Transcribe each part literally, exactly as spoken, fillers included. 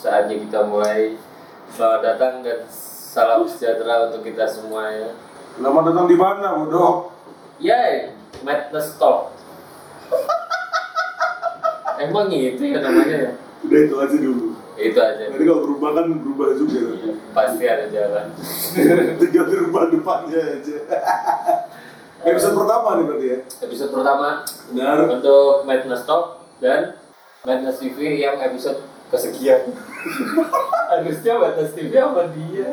saatnya kita mulai. Selamat datang dan salam sejahtera untuk kita semuanya. Selamat datang di mana, Modok? Yay, Madness Talk. Emang gitu ya namanya ya? Udah itu aja dulu. Itu aja. Nanti kalau berubah kan berubah juga. Iya, pasti ada jalan. Tinggal dirubah depannya aja. Episode pertama nih berarti ya? Episode pertama Benar. untuk Madness Talk dan Madness T V yang episode kesekian. Harusnya Madness T V sama dia.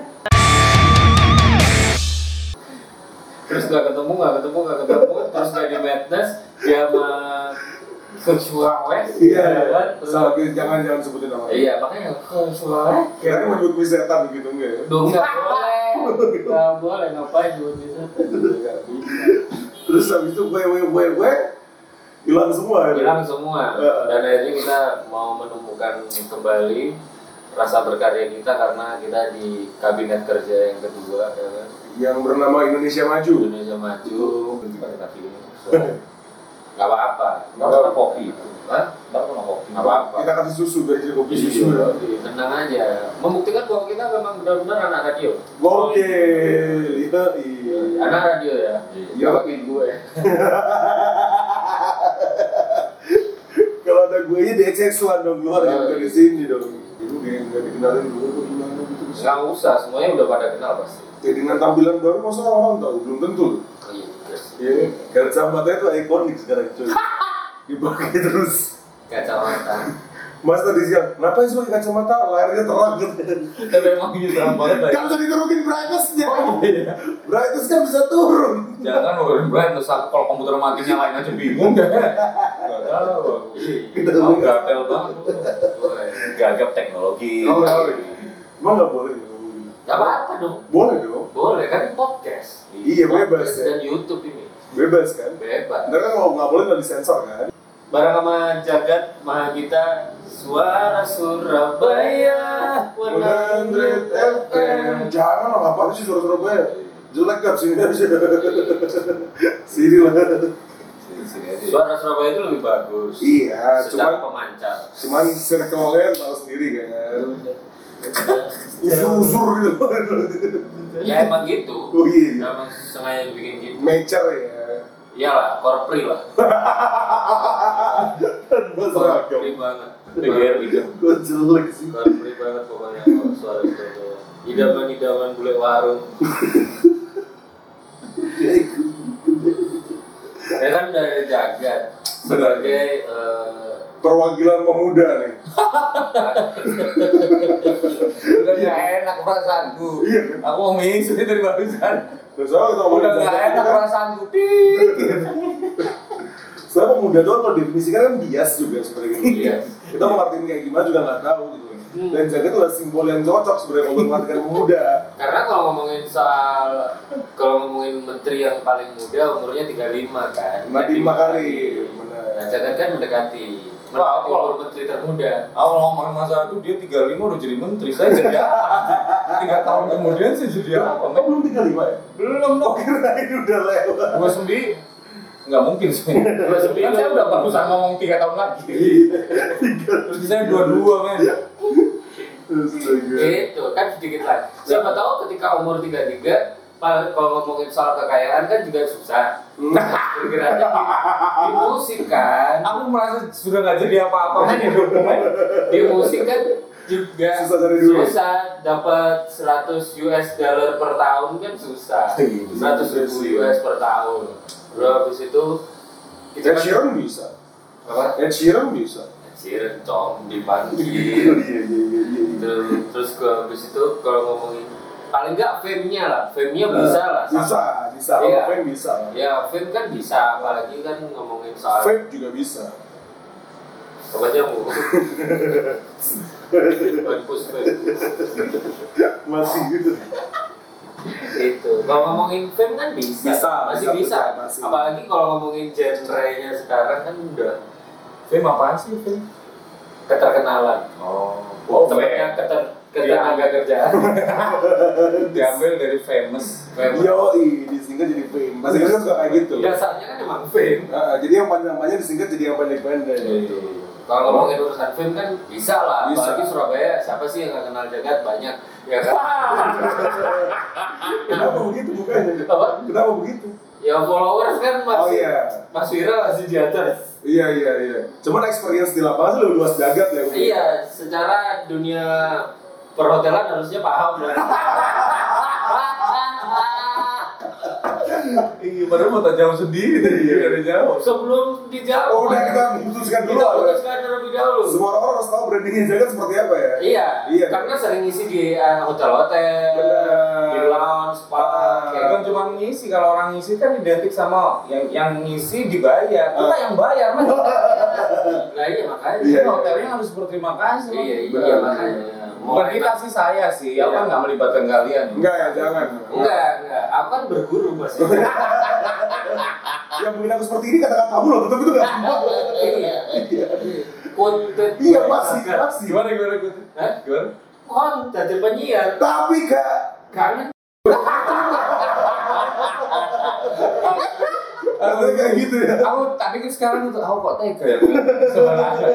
Terus gak ketemu, gak ketemu, gak ketemu, terus gak di Madness, dia sama Kecuali Iya, kan? salah, jangan jangan sebutin nama. Iya, makanya Kecuali Kira-kira menyebut setan gitu enggak ya? Duh, gak boleh. Gak boleh, ngapain nyebut setan? Gak bisa. Terus habis itu gue gue gue gue hilang semua. Hilang semua. Dan akhirnya kita mau menemukan kembali rasa berkarya kita karena kita di kabinet kerja yang kedua, ya kan? Yang bernama Indonesia Maju. Indonesia Maju. Pakai kaki ini. Gak apa-apa. Gak apa-apa kopi. Hah? Gak apa-apa kopi. Gak apa-apa. Kita kasih susu biar jadi kopi susu. Iya, tenang aja. Membuktikan bahwa kita memang benar-benar anak radio. Oke, iya iya. Anak radio ya. Iya. Gak pakai gue. Kalau ada gue nya di X X one dong, keluar ya dari sini dong. Itu kayak nggak dikenalin dulu tuh gimana gitu. Nggak usah, semuanya udah pada kenal pasti. Ya dengan tampilan baru masa orang tahu belum tentu. Oh, iya, terus. Iya, kacamata itu ikonik sekarang cuy. Dipakai terus. Kacamata. Mas tadi siang, ngapain sih pakai kacamata? Layarnya terang gitu. Tapi emang gitu terang banget. Kan bisa diturunin brightness-nya. Oh iya. Brightness kan bisa turun. Jangan nurunin brightness, kalau komputer mati nyalain aja bingung deh. Gak tahu. Kita Mau gatel banget. Gagap teknologi. Oh, emang nggak boleh? Gak apa-apa dong. Boleh dong. Boleh kan podcast. Iya, bebas, Podcast ya. dan YouTube ini. Bebas kan? Bebas. Ntar kan kalau nggak boleh nggak disensor kan? Barang sama Jagat Mahagita, Suara Surabaya seratus F M. Jangan lah, ngapain sih suara Surabaya? Jelek kan sini aja. Sini lah. Suara Surabaya itu lebih bagus. Iya, secara cuman pemancar. cuman circle-nya tahu sendiri kan. Usur-usur gitu. Ya emang gitu. Oh iya. Emang sengaja bikin gitu. Mature ya. Iyalah, korpri lah. Korpri banget. Biar gitu. Gue jelek sih. Korpri banget pokoknya kalau suara Surabaya. Idaman-idaman bule warung. Ya kan dari Jagat sebagai uh, perwakilan pemuda nih. udah gak enak perasaanku. Iya kan? Aku mau mingsu dari barusan. Terus saya kita Udah gak enak perasaanku. Soalnya pemuda itu kalau definisikan kan bias juga sebenarnya gitu. Iya. Kita mau ngertiin kayak gimana juga nggak tahu gitu. Dan Jagat itu adalah simbol yang cocok sebenarnya untuk mengartikan pemuda. Karena kalau ngomongin soal kalau ngomongin menteri yang paling muda umurnya tiga puluh lima kan. Mati lima kali. Nah, Benar. Jagat kan mendekati. Wah, Mendekati kalau- umur menteri termuda. Awal ngomongin masa itu dia tiga puluh lima udah jadi menteri, saya jadi apa? tiga tahun kemudian saya jadi apa? Kok belum tiga puluh lima ya? Belum dong. Kirain udah lewat. dua puluh sembilan nggak mungkin sih. dua puluh sembilan saya udah barusan ngomong tiga tahun lagi. Terus saya dua puluh dua men. Astaga. Gitu kan sedikit lagi. Siapa tahu ketika umur tiga puluh tiga pa- kalau ngomongin soal kekayaan kan juga susah. Bergeraknya di, di musik kan. Aku merasa sudah nggak jadi apa-apa di hidupku men. Di musik kan juga Susah cari duit. susah dapat seratus U S dollar per tahun kan susah. seratus ribu U S per tahun. Terus habis itu kita Ed Sheeran bisa. apa? Ed Sheeran bisa. Ciren com dipanggil. Iya iya iya iya. terus terus ke habis itu kalau ngomongin paling nggak fame-nya lah, fame-nya bisa lah. Bisa, bisa. Iya. Kalau fame bisa. Ya fame kan bisa, apalagi kan ngomongin soal Fame juga bisa. pokoknya mau bagus fame. Masih gitu. Itu kalau ngomongin fame kan bisa, Bisa, masih bisa, bisa. bisa, masih. Apalagi kalau ngomongin genre-nya sekarang kan udah Film apaan sih film? keterkenalan. Oh. Tepatnya keter ketenaga kerjaan. Diambil dari famous. Fame. Yoi, disingkat jadi fame. Bahasa Inggris kan suka kayak gitu. Dasarnya kan emang fame. Nah, jadi yang panjang-panjang disingkat jadi yang pendek-pendek. Gitu. Kalau ngomongin urusan film kan bisa lah, Bisa. apalagi Surabaya, siapa sih yang nggak kenal Jagat, banyak, ya kan? Kenapa begitu bukannya? Apa? Kenapa begitu? Ya followers kan masih, Oh iya. Mas Wira masih di atas. Iya iya iya. Cuman experience di lapangan sih lebih luas Jagat ya. Iya, secara dunia perhotelan harusnya paham lah. Iya, padahal mau tak jauh sendiri tadi ya, ada jauh. Sebelum dijawab, Oh udah kita putuskan dulu. kita ya. putuskan terlebih dahulu. Semua orang harus tahu brandingnya Jagat seperti apa ya. Iya, Iya. karena sering ngisi di eh, hotel-hotel, Benar. di lounge, spa, kayak Bukan cuma ngisi, kalau orang ngisi kan identik sama yang yang ngisi dibayar. Kita Ah. yang bayar, man. Nah iya makanya. Iya, Kan hotelnya harus berterima kasih. Man. Iya, iya, Benar. makanya. Bukan kita sih, saya sih, aku Iya. kan nggak melibatkan kalian. Enggak ya jangan. Enggak, enggak. Aku kan berguru, Mas. Yang bikin aku seperti ini kata-kata kamu loh, tetap itu nggak semua. Iya. Konten. Iya masih masih. Gimana gimana gimana? Hah? Gimana? Konten jadi penyiar. Tapi kak. Kangen. Katanya kayak gitu ya. Aku tak pikir sekarang itu, aku kok tega ya sebenarnya.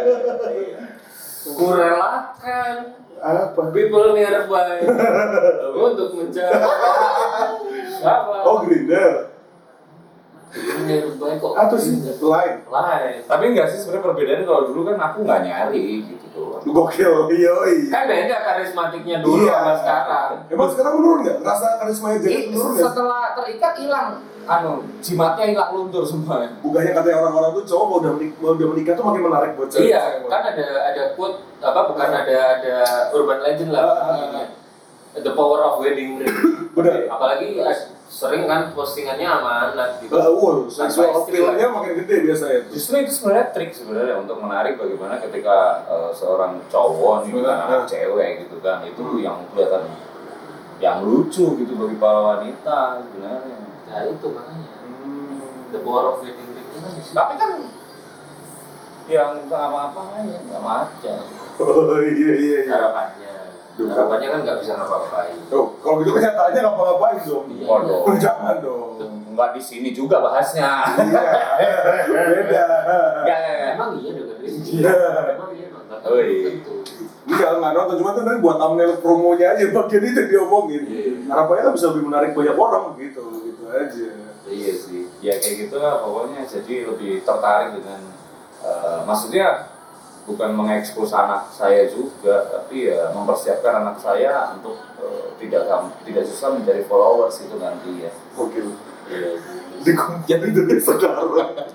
Kurelakan Apa? people nearby untuk mencari apa? Oh Grindr. Nearby kok? Apa sih? Line. Lain. Tapi enggak sih, sebenarnya perbedaannya kalau dulu kan aku nggak nyari gitu tuh. Gokil. Yoi. Kan beda karismatiknya dulu Iya. sama sekarang. Emang sekarang menurun nggak? Rasa karismanya Jagat Ih, menurun nggak? setelah terikat hilang, anu jimatnya hilang luntur semua. Bukannya katanya orang-orang tuh cowok kalau udah menikah, kalau udah menikah tuh makin menarik buat cewek. Iya, kan ada ada quote apa bukan ada ada urban legend lah. Ah, ah, ah. The power of wedding ring. Benar. Apalagi eh, sering kan postingannya sama anak gitu. Uh, wow, seksual Tanpa istri appeal-nya lah. makin gede biasanya. Justru itu sebenarnya trik sebenarnya untuk menarik bagaimana ketika uh, seorang cowok nih bukan Benar. anak cewek gitu kan, itu Hmm. yang kelihatan yang lucu gitu bagi para wanita sebenarnya. Nah itu makanya the power of wedding ring itu kan di situ. Tapi kan yang nggak apa-apain, nggak macam. Oh iya iya iya. harapannya. Duh. Harapannya kan nggak bisa ngapa-ngapain. Tuh, kalau gitu kenyataannya ngapa-ngapain dong. Iya. Waduh. Oh, jangan dong. Nggak di sini juga bahasnya. Iya. Beda. Nggak, nggak, nggak. Emang iya dengan ini. Iya. Emang iya nonton. Oh, iya. Tentu. Enggak, nggak nonton, cuma tuh nanti buat thumbnail promonya aja bagian itu yang diomongin. Iya. Harapannya kan bisa lebih menarik banyak orang gitu, gitu aja. Iya sih. Ya kayak gitu lah pokoknya. Jadi lebih tertarik dengan, uh, maksudnya bukan mengekspos anak saya juga, tapi ya mempersiapkan anak saya untuk uh, tidak tidak susah mencari followers itu nanti ya. Oke. Iya. Dikumpulin dari sekarang.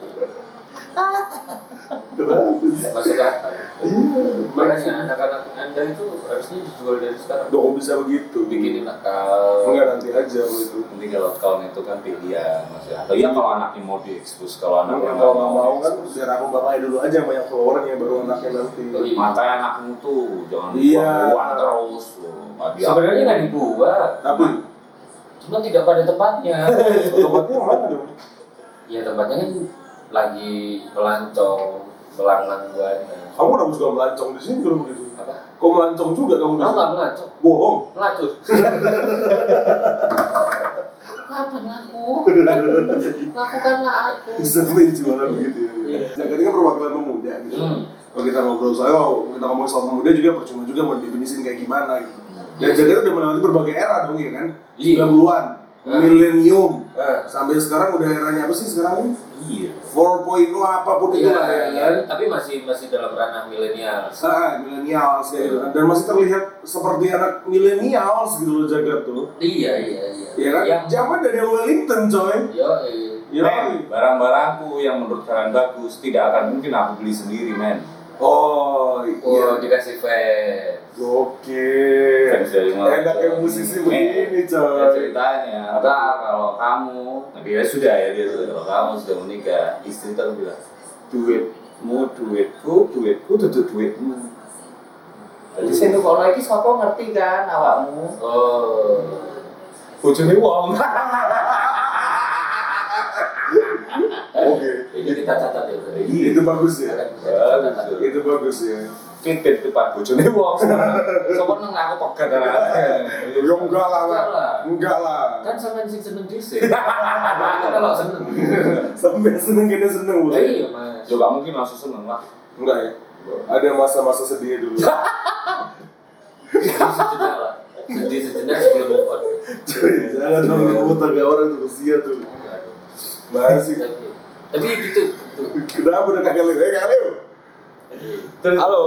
Masuk akal. Iya. Makanya anak-anak anda itu harusnya dijual dari sekarang. Dong bisa begitu. Bikinin akal. Enggak nanti aja kalau itu. Nanti kalau account itu kan pilihan maksudnya. Atau ya kalau anaknya mau diekspos, kalau anaknya Nah, kalau nggak mau kan diekspos. biar aku bapaknya dulu aja yang banyak followernya baru anaknya nanti. Oh, iya. Matanya anakmu tuh jangan Iya. buang terus loh. Nggak dia- Sebenarnya nggak dibuat, Tapi cuma tidak pada tempatnya. tempatnya mana dong? Ya tempatnya kan lagi melancong, melanglang buana. Kamu kenapa suka melancong di sini kalau begitu? Apa? Kok melancong juga kamu di Kamu sini? nggak melancong? Bohong. Melacur. Kapan aku? Lakukanlah aku. Sampai jualan begitu ya. Iya. Jaga ini kan perwakilan pemuda gitu. Hmm. Kalau kita ngobrol soal, oh, kita ngomong soal pemuda juga percuma juga mau definisin kayak gimana gitu. Dan Jaga udah melewati berbagai era dong ya kan? Iya. sembilan puluhan, Nah. milenium, Eh. sampai sekarang udah eranya apa sih sekarang ini? Iya. empat titik nol apapun itu Iya, lah ya iya, kan? tapi masih masih dalam ranah milenial. Ah, milenials kayak gitu kan. Dan masih terlihat seperti anak milenials gitu loh Jagat tuh. Iya, iya, iya. Iya kan? Yang Zaman Daniel Wellington coy. yo, iya. Iya. Men, barang-barangku yang menurut kalian bagus tidak akan mungkin aku beli sendiri, men. Oh, Oh, iya. dikasih fans. Oke. Fans dari mana? Enaknya musisi begini Ya coy. ceritanya, ntar kalau kamu, nah dia sudah ya dia sudah kalau kamu sudah menikah, istri ntar bilang duitmu duitku, duitku tutup duitmu. Jadi saya kalau lagi siapa ngerti kan awakmu? Oh. Bojone wong. Oke. Ini kita catat ya. Bro. Itu bagus ya. Bagus. Itu bagus ya. Titit depan bojone wong. Sopo nang aku pegat. Ya enggak lah, Enggak lah. enggak lah. Kan sampean sing seneng dhisik. Kita kalau seneng. Sampai seneng kena seneng Oh, Bu. iya, Mas. Coba mungkin langsung seneng lah. Enggak ya. Ada masa-masa sedih dulu. Sedih sejenak lah. Sedih sejenak sebelum move on. Cuy, jangan dong ngomong tangga orang tuh usia tuh. Masih. Tapi, tapi gitu. gitu. Kenapa udah kagak lewat? Eh, kagak lewat. Halo.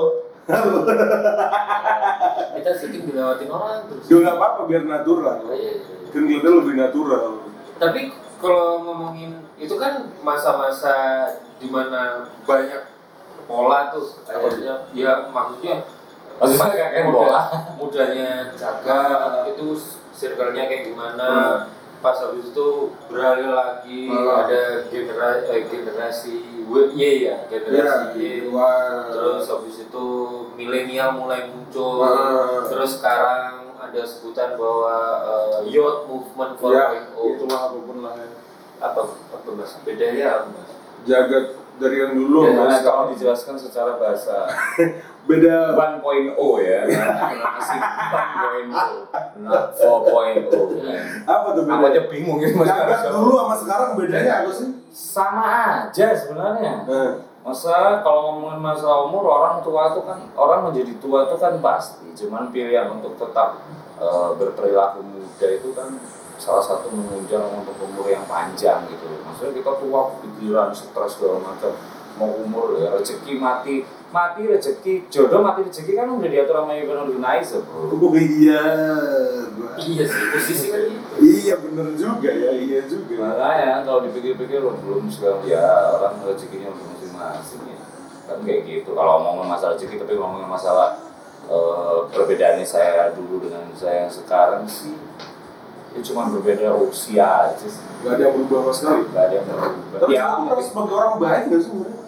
Kita syuting dilewatin orang terus. Ya nggak apa-apa biar natural. Oh, iya, iya. Kan kita lebih natural. Tapi kalau ngomongin itu kan masa-masa dimana banyak pola tuh akhirnya ya maksudnya Maksudnya kayak kayak bola. mudanya jaga itu circle-nya kayak gimana, Hmm. pas habis itu beralih lagi Hmm. ada generasi eh, generasi W Y ya generasi Y, Wah. terus habis itu milenial mulai muncul, Hmm. terus sekarang ada sebutan bahwa uh, youth movement Ya, empat titik nol. itulah apapun lah ya. apa apa mas bedanya apa mas? Jagat dari yang dulu Ya, mas. kalau dijelaskan secara bahasa Beda. one point oh ya, masih one point oh, not four point oh. Apa tuh Aku beda? aja bingung ya mas. Jagat dulu sama sekarang bedanya apa sih? Sama aja sebenarnya. Eh. Masa kalau ngomongin masalah umur, orang tua itu kan, orang menjadi tua itu kan pasti, cuman pilihan untuk tetap uh, berperilaku muda itu kan salah satu menunjang untuk umur yang panjang gitu. Maksudnya kita tua pikiran, stres segala macam, mau umur ya rezeki mati, mati rezeki, jodoh mati rezeki kan udah diatur sama Ibnu Organizer. Oh iya. Iya sih posisi kan gitu. Iya bener juga ya, iya juga. Makanya kalau dipikir-pikir oh, belum sekarang ya orang rezekinya udah masing-masing ya. Kan kayak gitu. Kalau ngomongin masalah rezeki, tapi ngomongin masalah uh, perbedaannya saya dulu dengan saya yang sekarang sih, ya cuma berbeda usia aja sih. Gak ada yang berubah sama sekali. Gak ada yang berubah. Tapi Ya, kamu merasa sebagai orang baik gak sih sebenarnya?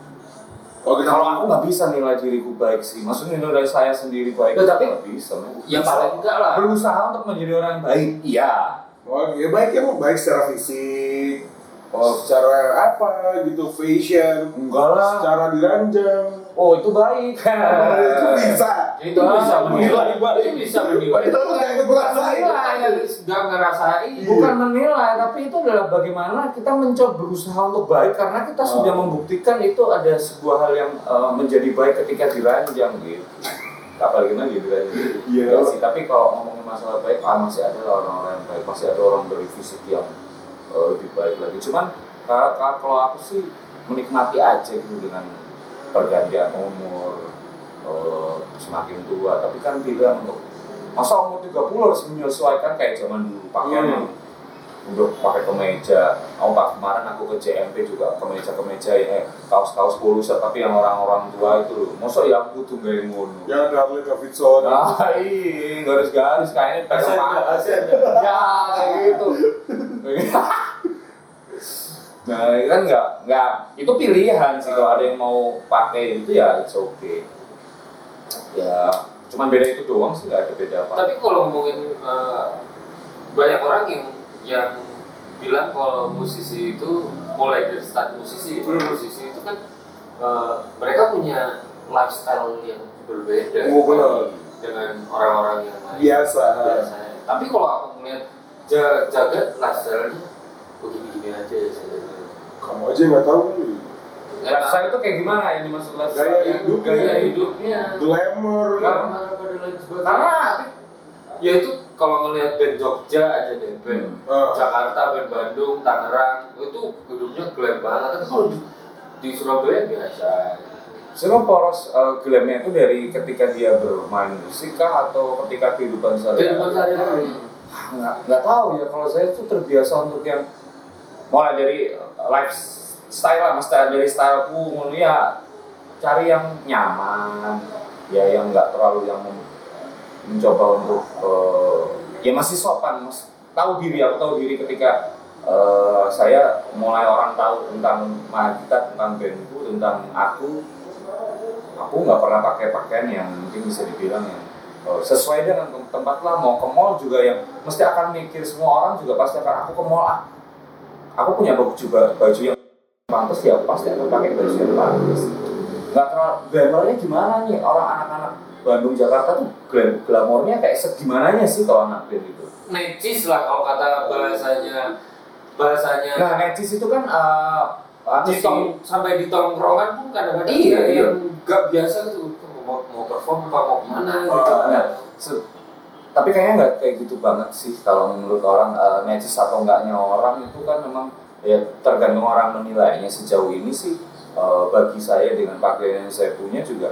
Oh, kita kalau aku nggak bisa nilai diriku baik sih. Maksudnya nilai saya sendiri baik. Ya, tapi- nggak bisa. Ya paling enggak lah. Berusaha untuk menjadi orang yang baik. Iya. Oh, ya baik ya, baik secara fisik, oh, secara apa gitu, fashion, Enggak lah. secara diranjang. Oh itu baik. Itu bisa. Itu bisa menilai, itu bisa menilai. Itu nggak ikut ngerasain. Menilai, sudah ngerasain. Bukan menilai, tapi itu adalah bagaimana kita mencoba berusaha untuk baik karena kita sudah membuktikan itu ada sebuah hal yang uh, menjadi baik ketika diranjang gitu. Apalagi gimana gitu kan? Iya. Ya sih, tapi kalau ngomongin masalah baik, ah, masih ada lah orang-orang yang baik, masih ada orang dari fisik yang uh, lebih baik lagi. Cuman ka- ka- kalau aku sih menikmati aja gitu dengan pergantian umur, uh, semakin tua. Tapi kan bilang untuk masa umur tiga puluh harus menyesuaikan kayak zaman dulu pakaian Hmm. yang udah pakai kemeja. Oh pak, kemarin aku ke J M P juga kemeja-kemeja ya, eh, kaos-kaos polusa tapi yang orang-orang tua itu loh. Masa ya aku tuh gak ngono. Yang ada Harley Davidson. Nah, iya, garis-garis kayaknya pegang Asen, pakai. asen. Ya, kayak gitu. Nah, kan nggak, nggak, itu pilihan sih kalau ada yang mau pakai itu ya it's okay. Ya, cuman beda itu doang sih, nggak ada beda apa. Tapi kalau ngomongin uh, banyak orang yang yang bilang kalau musisi itu mulai dari start musisi, Hmm. musisi itu kan uh, mereka punya lifestyle yang berbeda Oh, benar. dengan orang-orang yang lain. Biasa. Biasanya. Tapi kalau aku melihat ja- jaga lifestyle-nya begini-begini aja ya. Kamu aja nggak tahu. Lifestyle itu kayak gimana yang dimaksud lifestyle? Gaya hidup, Gaya hidupnya. Glamour. Karena pada lain sebagainya. Karena Ya itu kalau ngelihat band Jogja aja deh, band Ah. Jakarta, band Bandung, Tangerang, itu hidupnya glam banget. Tapi kalau di, di Surabaya biasa. sebenarnya poros uh, glamnya itu dari ketika dia bermain musik kah atau ketika kehidupan sehari-hari? Kehidupan sehari-hari. Ah, nggak nggak tahu ya, kalau saya tuh terbiasa untuk yang mulai dari uh, lifestyle lah, maksudnya dari styleku ngono ya, cari yang nyaman ya, yang nggak terlalu yang mem- mencoba untuk uh, ya masih sopan, mas, tahu diri, aku tahu diri ketika uh, saya mulai orang tahu tentang Magita, tentang bandku, tentang aku aku nggak pernah pakai pakaian yang mungkin bisa dibilang yang uh, sesuai dengan tempat lah. Mau ke mall juga yang mesti akan mikir, semua orang juga pasti akan, aku ke mall ah, aku punya baju juga baju yang pantas ya, aku pasti akan pakai baju yang pantas. Nggak terlalu glamournya gimana nih orang anak-anak Bandung Jakarta tuh glam glamournya kayak segimananya sih kalau anak band itu. Necis lah kalau kata bahasanya bahasanya. Nah necis itu kan uh, anu di sih. tong, sampai di tongkrongan pun kadang-kadang Iya, ada iya. yang nggak biasa gitu mau mau perform apa mau gimana gitu. Nah, se- tapi kayaknya nggak kayak gitu banget sih kalau menurut orang uh, necis atau enggaknya orang itu kan memang ya tergantung orang menilainya. Sejauh ini sih uh, bagi saya dengan pakaian yang saya punya juga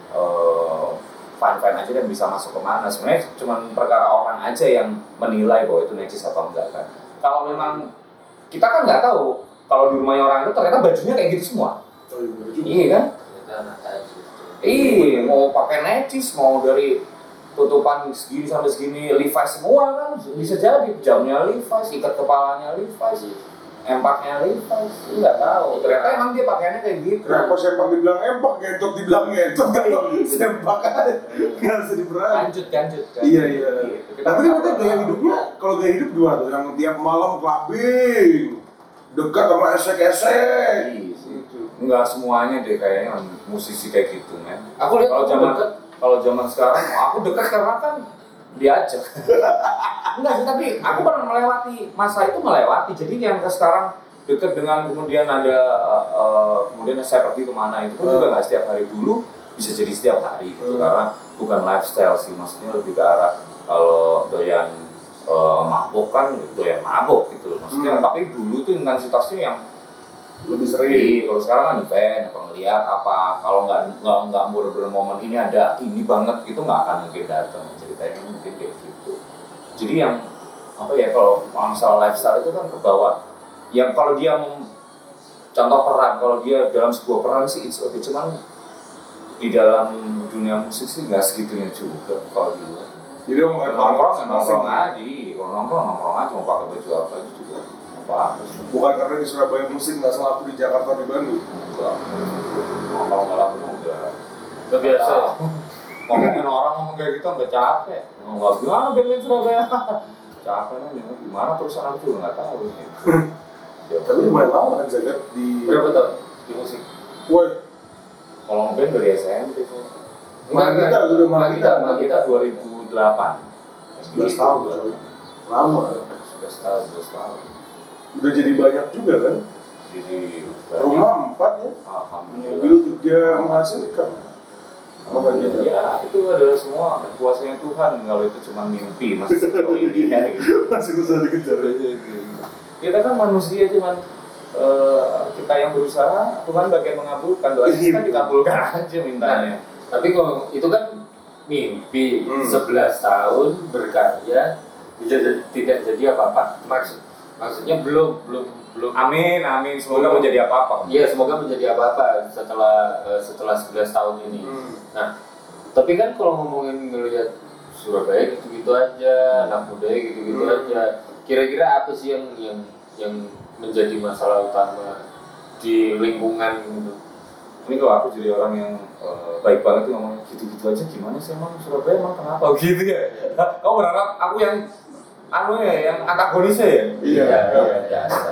uh, fine-fine aja dan bisa masuk kemana. Sebenarnya cuma perkara orang aja yang menilai bahwa itu necis atau enggak kan. Kalau memang kita kan nggak tahu kalau di rumahnya orang itu ternyata bajunya kayak gitu semua. Oh, iya, bener juga. Iya kan? Ternyata anak aja. Iya, mau pakai necis, mau dari tutupan segini sampai segini Levi's semua kan bisa jadi, jamnya Levi's, ikat kepalanya Levi's, empaknya Levi's, nggak tahu. Ternyata emang dia pakaiannya kayak gitu. Kenapa sempak dibilang empak, gentot dibilang gentot? Sempak aja, nggak usah diberani. Lanjut, lanjut. kan. Iya iya. Gitu. Kita Tapi nggak katanya tahu. gaya hidupnya, kalau gaya hidup gimana tuh? Yang tiap malam clubbing, dekat sama esek-esek. Iya sih. Nggak semuanya deh kayaknya musisi kayak gitu kan. Aku lihat Kalau aku zaman deket. kalau zaman sekarang aku dekat karena kan diajak. Enggak sih, tapi aku pernah melewati masa itu melewati. Jadi yang ke sekarang dekat dengan kemudian ada uh, uh, kemudian saya pergi kemana itu pun juga nggak setiap hari, dulu bisa jadi setiap hari gitu, karena bukan lifestyle sih, maksudnya lebih ke arah kalau doyan uh, mabok kan doyan mabok gitu loh. Maksudnya Hmm. tapi dulu tuh intensitasnya yang Lebih sering. Jadi kalau sekarang kan event, apa ngeliat apa, kalau nggak nggak nggak bener-bener momen ini ada ini banget gitu nggak akan mungkin datang, ceritanya mungkin kayak gitu. Jadi yang apa ya, kalau masalah lifestyle itu kan ke bawah. Yang kalau dia mem- contoh peran, kalau dia dalam sebuah peran sih it's okay, cuman di dalam dunia musik sih nggak segitunya juga kalau di luar. Jadi om nggak Nongkrong ya nongkrong aja, kalau nongkrong nongkrong aja, mau pakai baju apa itu juga apa apa sih. Bukan karena di Surabaya musik nggak selaku di Jakarta di Bandung. Enggak. Kalau nggak laku udah Udah biasa ya? ngomongin orang ngomong kayak gitu nggak capek. Nggak gimana band Surabaya. Capek nih, gimana perusahaan aku juga nggak tahu. Ya, Tapi lumayan lama kan jagat di. Berapa tahun di musik? Woi, kalau ngeband dari S M P tuh. Mak kita dulu, mak kita. Mak kita dua ribu delapan. sebelas tahun coy. Lama. sebelas tahun, sebelas tahun. Udah jadi banyak juga kan. Jadi Rumah empat ya. alhamdulillah. Mobil tiga menghasilkan. Makanya Ya, itu adalah semua kuasanya Tuhan. Kalau itu cuma mimpi, masih sejauh ini ya, gitu. masih bisa dikejar. Kita kan manusia, cuman eh, kita yang berusaha, Tuhan bagian mengabulkan, doa kita dikabulkan aja mintanya. Tapi kalau itu kan mimpi Hmm. sebelas tahun berkarya tidak tidak jadi apa-apa. Maksud maksudnya belum belum belum Amin, amin. Semoga menjadi apa-apa. Iya, semoga menjadi apa-apa setelah eh, setelah sebelas tahun ini. Hmm. Nah, tapi kan kalau ngomongin ngelihat Surabaya gitu-gitu aja, anak muda gitu-gitu Hmm. aja. Kira-kira apa sih yang yang yang menjadi masalah utama di lingkungan gitu? Ini kalau aku jadi orang yang eh, baik banget tuh ngomong gitu-gitu aja, gimana sih emang Surabaya emang kenapa gitu ya? Kau berharap aku yang anu ya, yang antagonisnya ya? Iya. iya, biasa.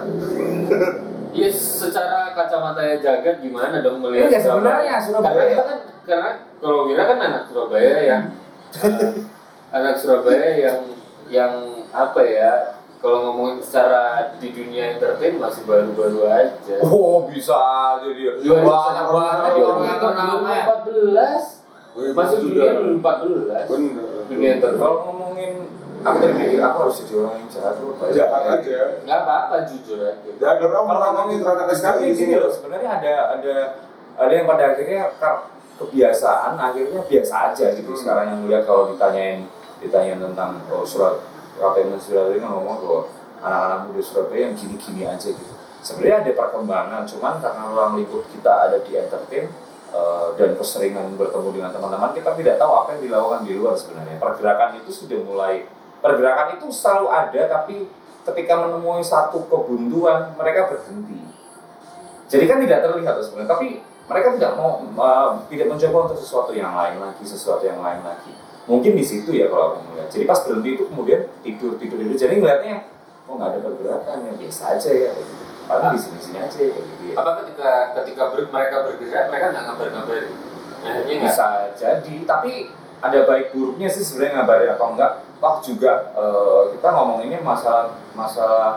Iya, secara kacamata jagat gimana dong melihat Iya, sebenarnya Surabaya. Karena kita kan, karena kalau Wira kan anak Surabaya yang eh, anak Surabaya yang yang apa ya? Kalau ngomongin secara di dunia entertain masih baru-baru aja. Oh, bisa jadi Dua ribu banyak banget orang yang ternama ya. empat belas masuk dunia dua ribu empat belas. Bener. Dunia entertain. Kalau ngomongin aku tadi mikir aku harus jadi orang yang jahat loh. Jahat aja. Nggak apa-apa, jujur aja. Jaga kamu Kalau ngomongin terhadap sekali tapi gini loh, sebenarnya ada ada ada yang pada akhirnya kar- kebiasaan akhirnya biasa aja gitu. Hmm. Sekarang yang melihat kalau ditanyain ditanyain tentang oh, surat Kapten Surabaya kan ngomong bahwa anak-anak muda Surabaya yang gini-gini aja gitu. Sebenarnya ada perkembangan, cuman karena ruang lingkup kita ada di entertain uh, dan keseringan bertemu dengan teman-teman, kita tidak tahu apa yang dilakukan di luar sebenarnya. Pergerakan itu sudah mulai, pergerakan itu selalu ada, tapi ketika menemui satu kebuntuan, mereka berhenti. Jadi kan tidak terlihat sebenarnya, tapi mereka tidak mau, uh, tidak mencoba untuk sesuatu yang lain lagi, sesuatu yang lain lagi. Mungkin di situ ya kalau aku melihat. Jadi pas berhenti itu kemudian tidur tidur tidur. Jadi ngeliatnya, kok nggak ada pergerakan ya biasa aja ya. Kayak gitu. Paling di sini sini aja kayak gitu ya. Apa ketika ketika ber, mereka bergerak mereka nggak ngabar-ngabarin? Akhirnya nggak. Bisa jadi, tapi ada baik buruknya sih sebenarnya ngabarin atau enggak. Toh juga eh, kita ngomonginnya masalah masalah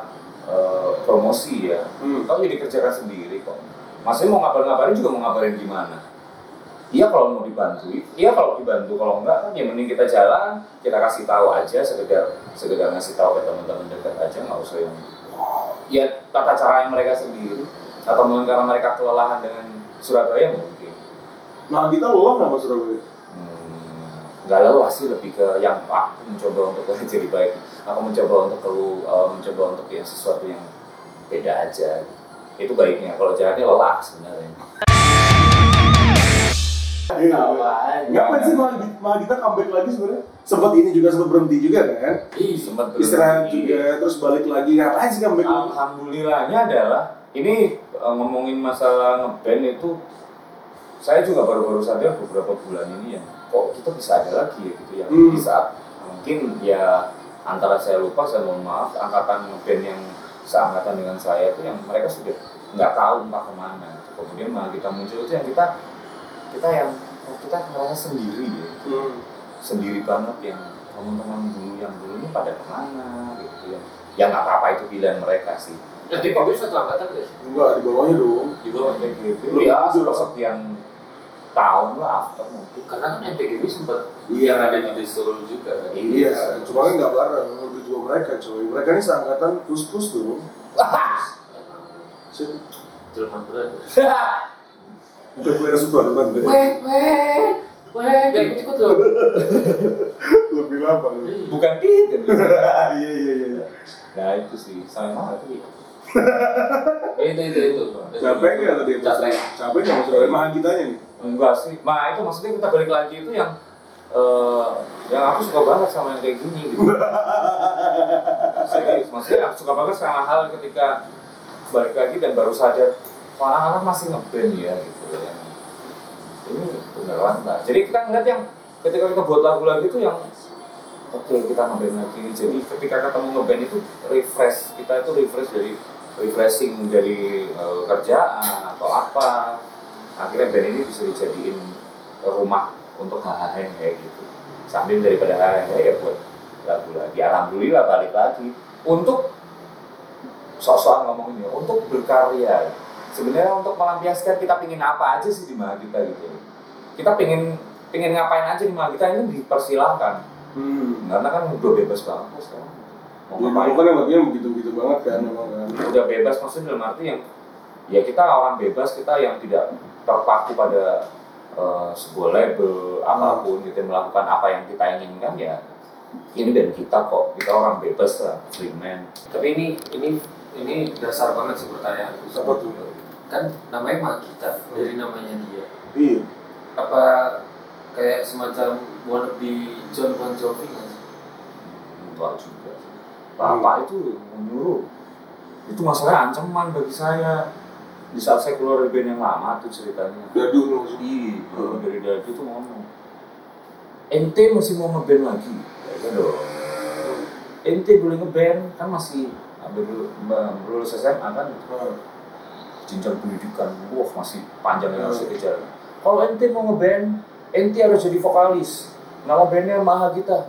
uh, promosi ya. Hmm. Kau jadi kerjakan sendiri kok. Maksudnya mau ngabarin-ngabarin juga mau ngabarin gimana? Iya kalau mau dibantu, iya kalau dibantu, kalau enggak kan ya mending kita jalan, kita kasih tahu aja, sekedar sekedar ngasih tahu ke teman-teman dekat aja, nggak usah yang ya tata cara yang mereka sendiri, atau mungkin karena mereka kelelahan dengan Surabaya mungkin. Nah kita lelah nggak Mas Surabaya? Hmm, nggak lelah sih, lebih ke yang aku mencoba untuk jadi baik, aku mencoba untuk kelu, uh, mencoba untuk yang sesuatu yang beda aja. Itu baiknya, kalau jalannya lelah sebenarnya. Ngapain sih malah, malah kita comeback lagi sebenarnya? Sempat ini juga sempat berhenti juga kan? Ih, sempat istirahat juga, terus balik lagi. Ngapain sih comeback lagi? Alhamdulillahnya adalah ini uh, ngomongin masalah ngeband itu, saya juga baru-baru sadar beberapa bulan ini ya, kok kita bisa ada lagi ya gitu ya. Hmm. Di saat mungkin ya antara saya lupa, saya mohon maaf, angkatan ngeband yang seangkatan dengan saya itu yang mereka sudah nggak tahu entah kemana. Kemudian malah kita muncul itu yang kita kita yang oh, kita merasa sendiri ya, Hmm. sendiri banget, yang teman-teman dulu yang dulu ini pada kemana gitu ya. Ya nggak apa-apa, itu pilihan mereka sih. Jadi Pak Bis satu angkatan nggak sih? Enggak, di bawahnya dong. Di bawah M P G B Belum ya jujur, sekian tahun lah after mungkin. Karena kan M P G B sempat Iya. yang ada di Desa juga kan. Iya, cuma kan nggak bareng, lebih tua mereka coy. Mereka ini seangkatan kus-kus dong. Sini. Jerman berat. Udah player Superman deh. Weh, weh, weh, gak ikut-ikut loh. Lebih lama lu. Bukan gitu. Iya iya iya. Nah itu sih sama itu. Itu itu itu. Capek nggak tadi? Capek. Capek nggak Mas Roy? Mahan kitanya nih. Enggak sih. Nah itu maksudnya kita balik lagi itu yang eh yang aku suka banget sama yang kayak gini gitu. Serius, maksudnya aku suka banget sama hal ketika balik lagi dan baru sadar oh, anak-anak masih ngeband ya gitu ya. Ini beneran lah. Jadi kita ngeliat yang ketika kita buat lagu-lagu itu yang oke okay, kita ngeband lagi. Jadi ketika ketemu ngeband itu refresh, kita itu refresh dari refreshing dari uh, kerjaan atau apa. Akhirnya band ini bisa dijadiin rumah untuk hal-hal kayak gitu. Sambil daripada hal-hal ya buat lagu lagi. Alhamdulillah balik lagi untuk sok-sokan ngomongnya, untuk berkarya. Sebenarnya untuk melampiaskan kita pingin apa aja sih di mana kita gitu. Kita pingin pingin ngapain aja di mana kita ini dipersilahkan. Hmm. Karena kan udah bebas banget kok sekarang. Mau Ya, ngapain? dulu kan emangnya begitu-begitu banget kan memang kan. Udah bebas maksudnya dalam arti yang ya kita orang bebas, kita yang tidak terpaku pada uh, sebuah label apapun, kita melakukan apa yang kita inginkan ya. Ini dan kita kok, kita orang bebas lah, free man. Tapi ini ini ini dasar banget sih pertanyaan. Apa tuh? Kan namanya Magita, dari namanya dia. Iya. Apa kayak semacam wannabe John Bon Jovi nggak sih? Enggak juga. Bapak itu menyuruh. Itu masalahnya ancaman bagi saya. Di saat saya keluar dari band yang lama tuh ceritanya. Dadu maksudnya. Iya, Hmm. dari Dadu tuh ngomong, ente masih mau ngeband lagi? Ya dong. Ente boleh ngeband, kan masih baru lulus S M A kan, Hmm. jenjang pendidikan, wah masih panjang yang harus dikejar. Kalau ente mau ngeband, ente harus jadi vokalis. Nama bandnya Mahagita.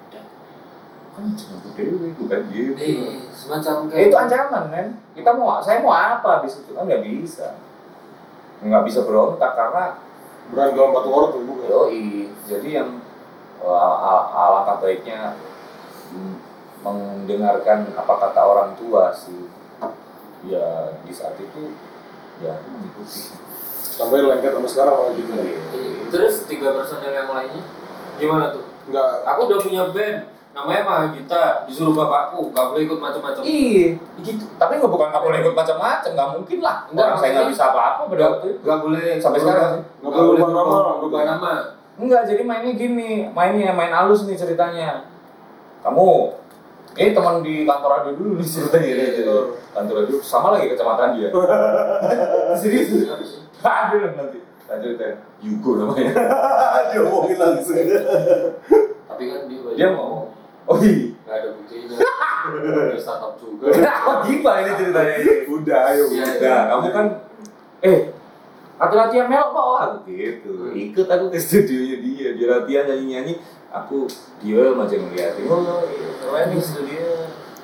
Kan jenjang dewi, bukan gitu. Eh, semacam Eh, kayak itu ancaman kan? Kita mau, saya mau apa habis itu kan nggak bisa, nggak bisa berontak karena Berani dalam batu orang tuh bukan. yoi. Jadi yang uh, al- alangkah baiknya mm, mendengarkan apa kata orang tua sih. Ya di saat itu ya aku mengikuti. Sampai lengket sama sekarang malah gitu. Eh, terus tiga personel yang lainnya gimana tuh? Enggak. Aku udah punya band, namanya Mahagita, disuruh bapakku, gak boleh ikut macam-macam. Iya, gitu. Tapi nggak bukan nggak boleh ikut macam-macam, nggak mungkin lah. Enggak, Orang saya nggak bisa apa-apa pada waktu itu. Gak boleh Sampai sekarang sih. Nggak boleh ubah nama. Berubah nama. Enggak, jadi mainnya gini, mainnya main halus nih ceritanya. Kamu, ini teman di kantor radio dulu nih ceritanya. Iya. Kantor radio sama lagi kecamatan dia. Serius? Ada lah nanti. Lanjut ya. Yugo namanya. Dia ngomongin langsung. Tapi kan dia Dia mau. Oh iya. Gak ada buktinya. Dia startup juga. Oh gimana ini ceritanya? Udah, ayo. Iya, udah. Nah, kamu kan, eh, aku latihan melok kok aku gitu. Ikut aku ke studionya dia, dia latihan nyanyi-nyanyi. Aku dia aja ngeliatin, oh keren nih studio.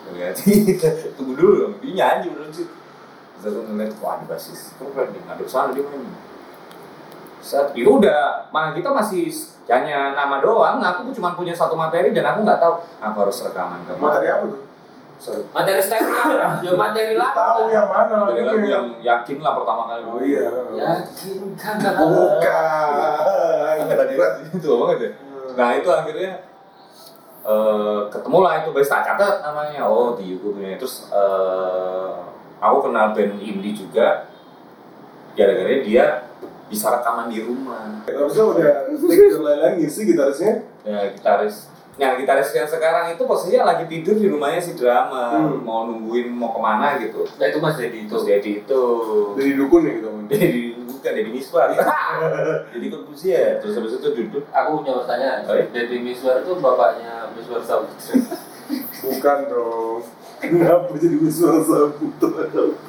Ya, tunggu dulu dong, dia nyanyi udah sih. Terus aku ngeliat, wah di basis, kok keren nih, ngadep sana dia main. Saat itu udah, mah kita masih hanya nama doang, aku tuh cuma punya satu materi dan aku nggak tahu aku harus rekaman ke Materi apa tuh? Sorry. Materi stand up, ya materi lah. Tahu yang mana Materi lagu lagi? yang yakin lah pertama kali. Oh iya. Yakinkan Bukan. Itu banget ya. Nah itu akhirnya uh, ketemu lah itu base tak catat namanya, oh di YouTube-nya. Terus uh, aku kenal band indie juga gara-gara dia bisa rekaman di rumah. Habis itu udah take lain ngisi gitarisnya. Ya gitaris, nah gitaris yang sekarang itu posisinya lagi tidur di rumahnya si drama, Hmm. mau nungguin mau kemana gitu. Nah itu Mas Dedi itu. Terus jadi itu, Dari dukun nih gitu. jadi bukan jadi miswar, jadi konfusi ya. Terus habis itu duduk. Aku punya pertanyaan. Oh, iya? Dedi Miswar itu bapaknya Miswar Saputra. Bukan dong. Kenapa jadi suara Saputra?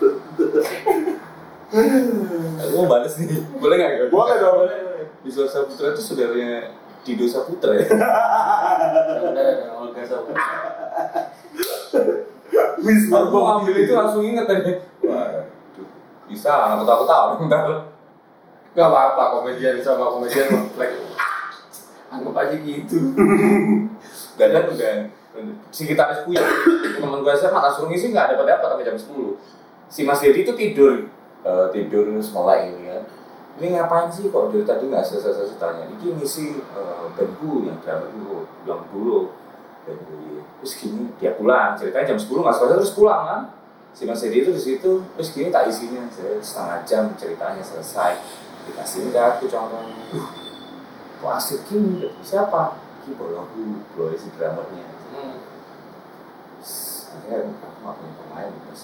Aku mau balas nih, boleh nggak? Boleh dong. Miswar Saputra itu saudaranya Dido Saputra ya. Ada ada Olga Saputra. Bisa Aku ngambil itu langsung inget tadi. Wah, bisa, aku tahu tahu bentar. Gak apa-apa, komedian sama komedian komplek. Anggap aja gitu. Dan udah si gitaris punya teman gue saya malah suruh ngisi nggak dapat dapat sampai jam sepuluh. Si Mas Dedi itu tidur eh, tidur mulai ini kan. Ini ngapain sih kok dari tadi nggak selesai tanya. Ini ngisi uh, band yang drama dulu, bilang dulu. Dan terus gini dia pulang ceritanya jam sepuluh nggak selesai terus pulang kan. Si Mas Dedi itu di situ terus gini tak isinya saya setengah jam ceritanya selesai dikasih ke aku contohnya. Uh, kok asik gini siapa? Ini bologu, bologu si drummernya. Hmm. Akhirnya aku nggak punya pemain masih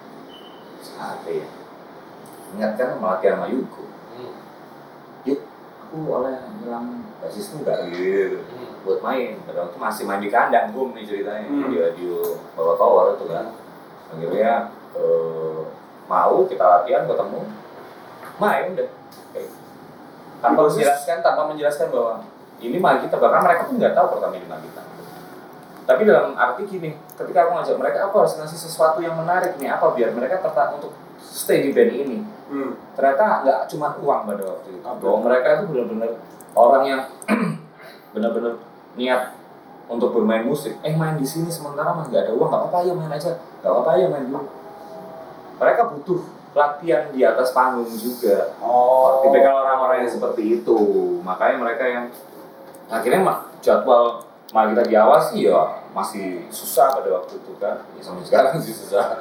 siapa ya? Ingat kan melatih sama Yugo. Hmm. Yuk, aku oleh bilang basismu nggak gitu Hmm. buat main. Padahal itu masih main di kandang, boom nih ceritanya Hmm. di radio bawa tower itu kan. Akhirnya eh, mau kita latihan ketemu, main udah. Kayak, tanpa Bagus. menjelaskan, tanpa menjelaskan bahwa ini mah kita, bahkan mereka pun nggak tahu pertama ini mah kita. Tapi dalam arti gini, ketika aku ngajak mereka, aku harus ngasih sesuatu yang menarik nih, apa biar mereka tertarik untuk stay di band ini. Hmm. Ternyata nggak cuma uang pada waktu itu, Apa? bahwa mereka itu benar-benar orang yang benar-benar niat untuk bermain musik. Eh main di sini sementara mah nggak ada uang, nggak apa-apa ya main aja, nggak apa-apa ya main dulu. Mereka butuh latihan di atas panggung juga. Oh. Tipikal orang-orang yang seperti itu, makanya mereka yang akhirnya mah jadwal malah kita diawasi ya masih susah pada waktu itu kan, ya sampai sekarang sih susah.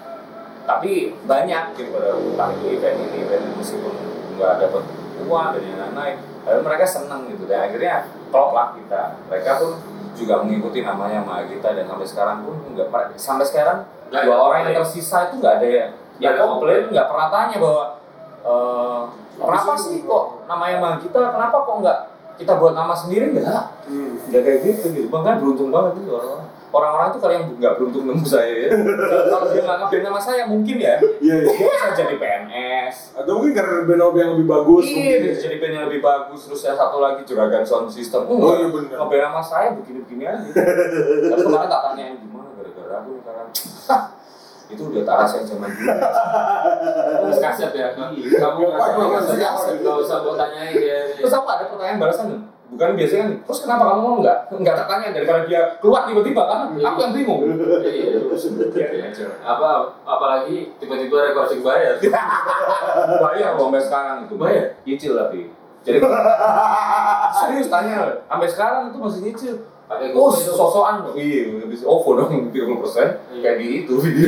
Tapi banyak gitu pada entah itu event ini event ini meskipun nggak dapat uang dan yang lain-lain, tapi mereka seneng gitu dan akhirnya klop lah kita. Mereka pun juga mengikuti namanya sama kita dan sampai sekarang pun nggak sampai sekarang Nggak dua ada orang yang komplain. tersisa itu nggak ada yang Nggak ada komplain, komplain. nggak pernah tanya bahwa eh, kenapa sih kok namanya sama kita, kenapa kok nggak kita buat nama sendiri nggak? Hmm. Nggak kayak gitu gitu, bahkan beruntung banget tuh orang-orang. Orang-orang itu kalau yang nggak beruntung nemu saya ya, kalau dia nggak ngambil nama saya mungkin ya, Iya, iya. dia bisa jadi P N S. Atau mungkin karena band yang lebih bagus. Iya, mungkin. bisa jadi band yang lebih bagus. Terus yang satu lagi juragan sound system. Oh, iya benar. Ngambil nama saya begini-begini aja. Tapi kemarin tak tanyain gimana gara-gara aku sekarang. Itu udah tak rasain zaman dulu. Terus kaset ya, Kak? Iya. Kamu ngasih kaset, nggak usah mau tanyain dia. Terus aku ada pertanyaan balasan. Bukan biasanya kan, terus kenapa kamu mau nggak? Nggak tak tanya daripada dia keluar tiba-tiba kan? Aku yang bingung. Iya, Biarin aja. apa apalagi tiba-tiba recording bayar. Bayar loh sampai sekarang itu. Bayar? Nyicil tapi. Jadi serius tanya, sampai sekarang itu masih nyicil. Pakai Oh, GoPay itu. sosokan dong. Iya, udah bisa OVO dong tiga puluh persen. Kayak di itu video.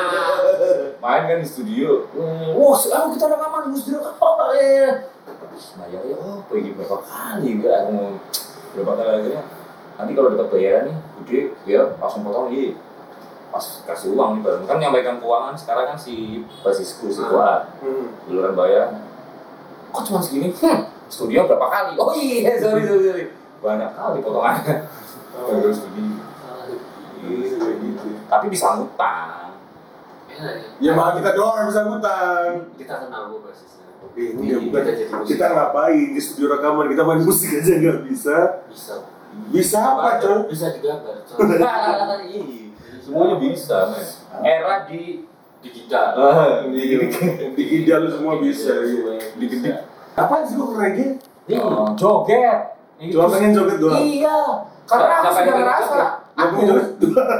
Main kan di studio. Wah, sekarang kita rekaman di studio apa ya? Bayar ya, oh, pergi berapa kali enggak mau berapa kali akhirnya. Nanti kalau dapat bayaran nih, gede, ya langsung potong iya. Pas kasih uang nih bareng kan nyampaikan keuangan sekarang kan si basisku si Fuad. Hmm. Duluan bayar. Kok cuma segini? Hmm, studio berapa kali? Oh iya, sorry sorry sorry. Banyak kali potongannya. Baru studio. Iya, kayak gitu. Tapi bisa ngutang. Enak ya. Ya malah kita doang yang bisa ngutang. Kita kenal gue basisnya. Eh, Ini ini bukan kita jadi musik. kita ngapain di studio rekaman, kita main musik aja nggak bisa. Bisa. Bisa apa, Cok? Bisa digambar. Iya. Semuanya bisa, men. Era di digital. ah, Di di ideal semua bisa. Iya. di gede. Apaan sih lu reggae? Nih, joget. Cuma pengen joget doang. Iya. Karena aku Siapa yang sudah pengen ngerasa Yang aku mau joget.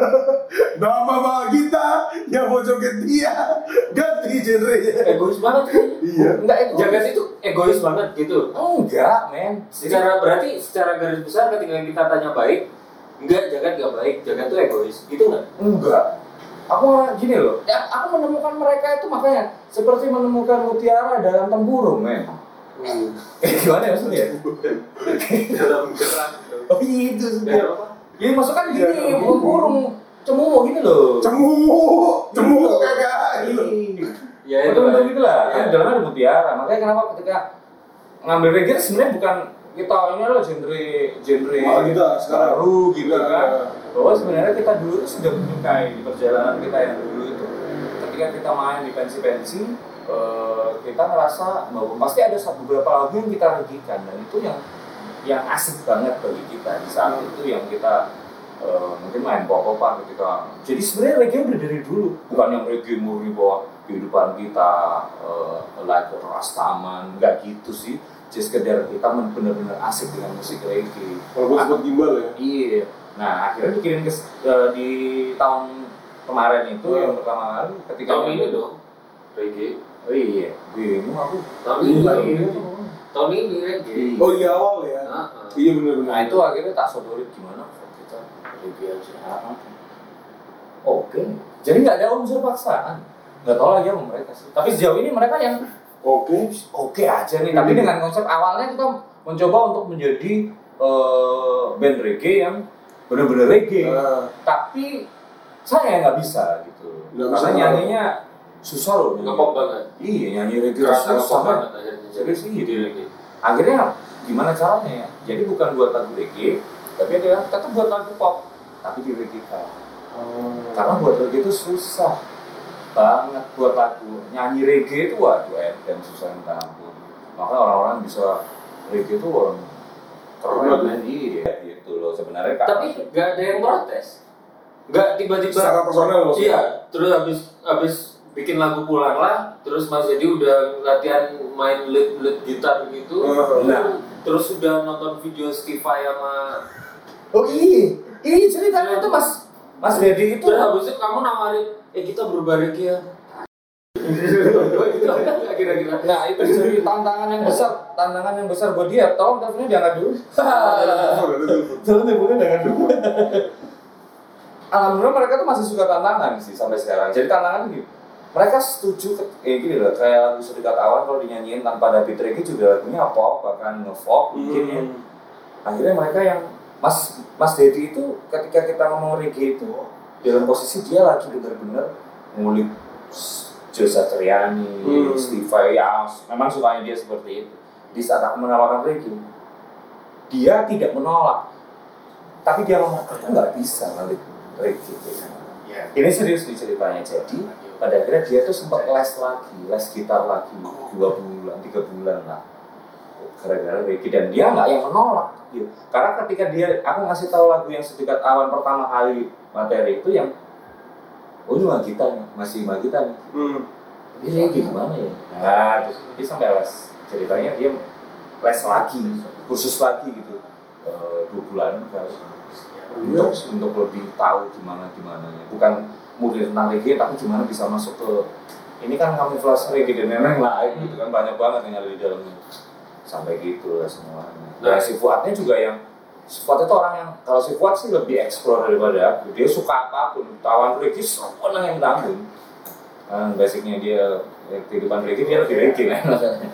Nama Mama kita yang mau joget dia ganti genre ya. Egois banget kan? Iya. enggak itu Jagat itu egois banget gitu. enggak, men. Secara berarti secara garis besar ketika kita tanya baik, enggak Jagat enggak baik, Jagat tuh egois. Gitu enggak? Enggak. Aku malah gini loh, ya, aku menemukan mereka itu makanya seperti menemukan mutiara dalam tempurung, men. Hmm. Eh, gimana ya maksudnya? Dalam kerang. Oh iya itu Ya, sebenarnya. apa? Ya maksudnya kan Iya, gini, tempurung. tempurung cemumuh gini loh. Cemu, cemu kagak gitu. Ya itu Betul-betul kan. gitu lah, Ya. kan dalamnya ada mutiara. Makanya kenapa ketika ngambil reggae sebenarnya bukan kita ini adalah genre genre Oh, kita sekarang. baru gitu Iya. kan. Bahwa sebenarnya kita dulu itu sudah menyukai di perjalanan kita yang dulu itu ketika kita main di pensi-pensi eh, kita ngerasa bahwa pasti ada satu beberapa lagu yang kita regikan dan itu yang yang asik banget bagi kita di saat Hmm. itu yang kita eh, mungkin main pop-popan ketika jadi sebenarnya reggae udah dari dulu bukan yang reggae murni bahwa kehidupan kita uh, like rastaman nggak gitu sih just sekedar kita benar-benar asik dengan musik reggae. Walaupun sempat gimbal ya. Iya. Nah akhirnya dikirim ke uh, di tahun kemarin itu Hmm. yang pertama kali ketika Tahun ini dong. Reggae. Oh iya, bingung aku. Tahun ini. Iya. Tahun ini reggae. Oh iya awal ya. Nah, Iya benar-benar. Nah itu akhirnya tak sodorin gimana kalau kita reggae aja. Ah, Oke. Jadi nggak ada unsur paksaan. Nggak tahu lagi sama mereka sih. Tapi sejauh ini mereka yang Oke. oke aja nih. Tapi dengan konsep awalnya kita mencoba untuk menjadi uh, band reggae yang benar-benar reggae. Nah, Tapi saya nggak bisa gitu. Nggak Karena bisa. nyanyinya susah loh. ngepop banget. Iya nyanyi reggae Kerasa susah ngepop banget. banget akhirnya. Serius sih gitu. reggae. Akhirnya gimana caranya ya? Jadi bukan buat lagu reggae, tapi dia tetap buat lagu pop, tapi di reggae kan. Karena buat reggae itu susah banget buat lagu nyanyi reggae itu waduh dan susah minta ampun. Makanya orang-orang bisa reggae itu orang keren kan iya gitu loh sebenarnya kan. Tapi nggak ada yang protes. Nggak tiba-tiba. secara personal loh. Iya. Terus habis habis bikin lagu pulang lah. Terus Mas Jadi udah latihan main lead lead gitar gitu. Nah. Terus udah nonton video Spotify sama. Oh iya, iya ceritanya itu Mas Mas Dedi itu Terus habis itu kamu nawarin, eh kita berubah reggae ya. Kira-kira. nah itu jadi tantangan yang besar, tantangan yang besar buat dia. Tolong teleponnya diangkat dulu. Tolong teleponnya diangkat dulu. Alhamdulillah mereka tuh masih suka tantangan sih sampai sekarang. Jadi tantangan gitu. Mereka setuju kayak gini loh, kayak lagu Sedekat Awan kalau dinyanyiin tanpa ada beat reggae juga lagunya pop, bahkan nge-folk mungkin ya. Akhirnya mereka yang Mas Mas Dedi itu ketika kita ngomong reggae itu dalam posisi dia lagi benar-benar ngulik Joe Satriani, Hmm. Steve Vai, ya memang sukanya dia seperti itu. Di saat aku menawarkan reggae, dia tidak menolak, tapi dia ngomong aku nggak bisa ngulik reggae. Ya. Ini serius nih ceritanya. Jadi pada akhirnya dia tuh sempat les lagi, les gitar lagi dua bulan, tiga bulan lah. Gara-gara reggae dan dia nggak yang menolak. Gitu. Karena ketika dia, aku ngasih tahu lagu yang Sedekat Awan pertama kali materi itu yang oh ini Magita nih, masih Magita nih. Hmm. Ini reggae gimana ya? Nah, terus dia sampai les. Ceritanya dia les lagi, khusus lagi gitu. E, dua bulan kali. Untuk untuk lebih tahu gimana gimana ya. Bukan murni tentang reggae, tapi gimana bisa masuk ke ini kan kamuflase reggae dan lain-lain lain gitu kan banyak banget yang ada di dalamnya. Sampai gitu lah semuanya. Nah si Fuadnya juga yang si Fuad itu orang yang kalau si Fuad sih lebih explore daripada aku. Dia suka apapun, tawan reggae semua yang tanggung. Kan basicnya dia ya, kehidupan reggae dia lebih reggae kan.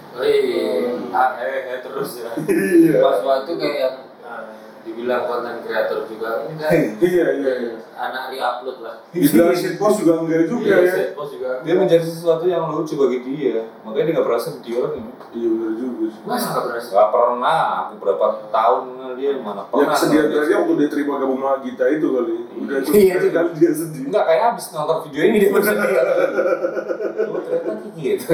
Wih, ah, eh, eh, terus ya. Iya. Pas waktu kayak yang dibilang konten kreator juga ini kan Iya iya iya. anak re-upload lah. Dibilang shitpost juga enggak juga ya. Shitpost juga. Dia menjadi sesuatu yang lucu bagi dia. Makanya dia nggak pernah sedih orang ini. Iya benar juga sih. Masa nggak berhasil? Gak pernah, aku berapa tahun kenal dia mana pernah. Yang kesedihan terakhir waktu dia terima gabung sama Gita itu kali. Udah Iya, cukup itu. kali dia sedih. Enggak, kayak habis nonton video ini dia bersedih. Oh ternyata gitu.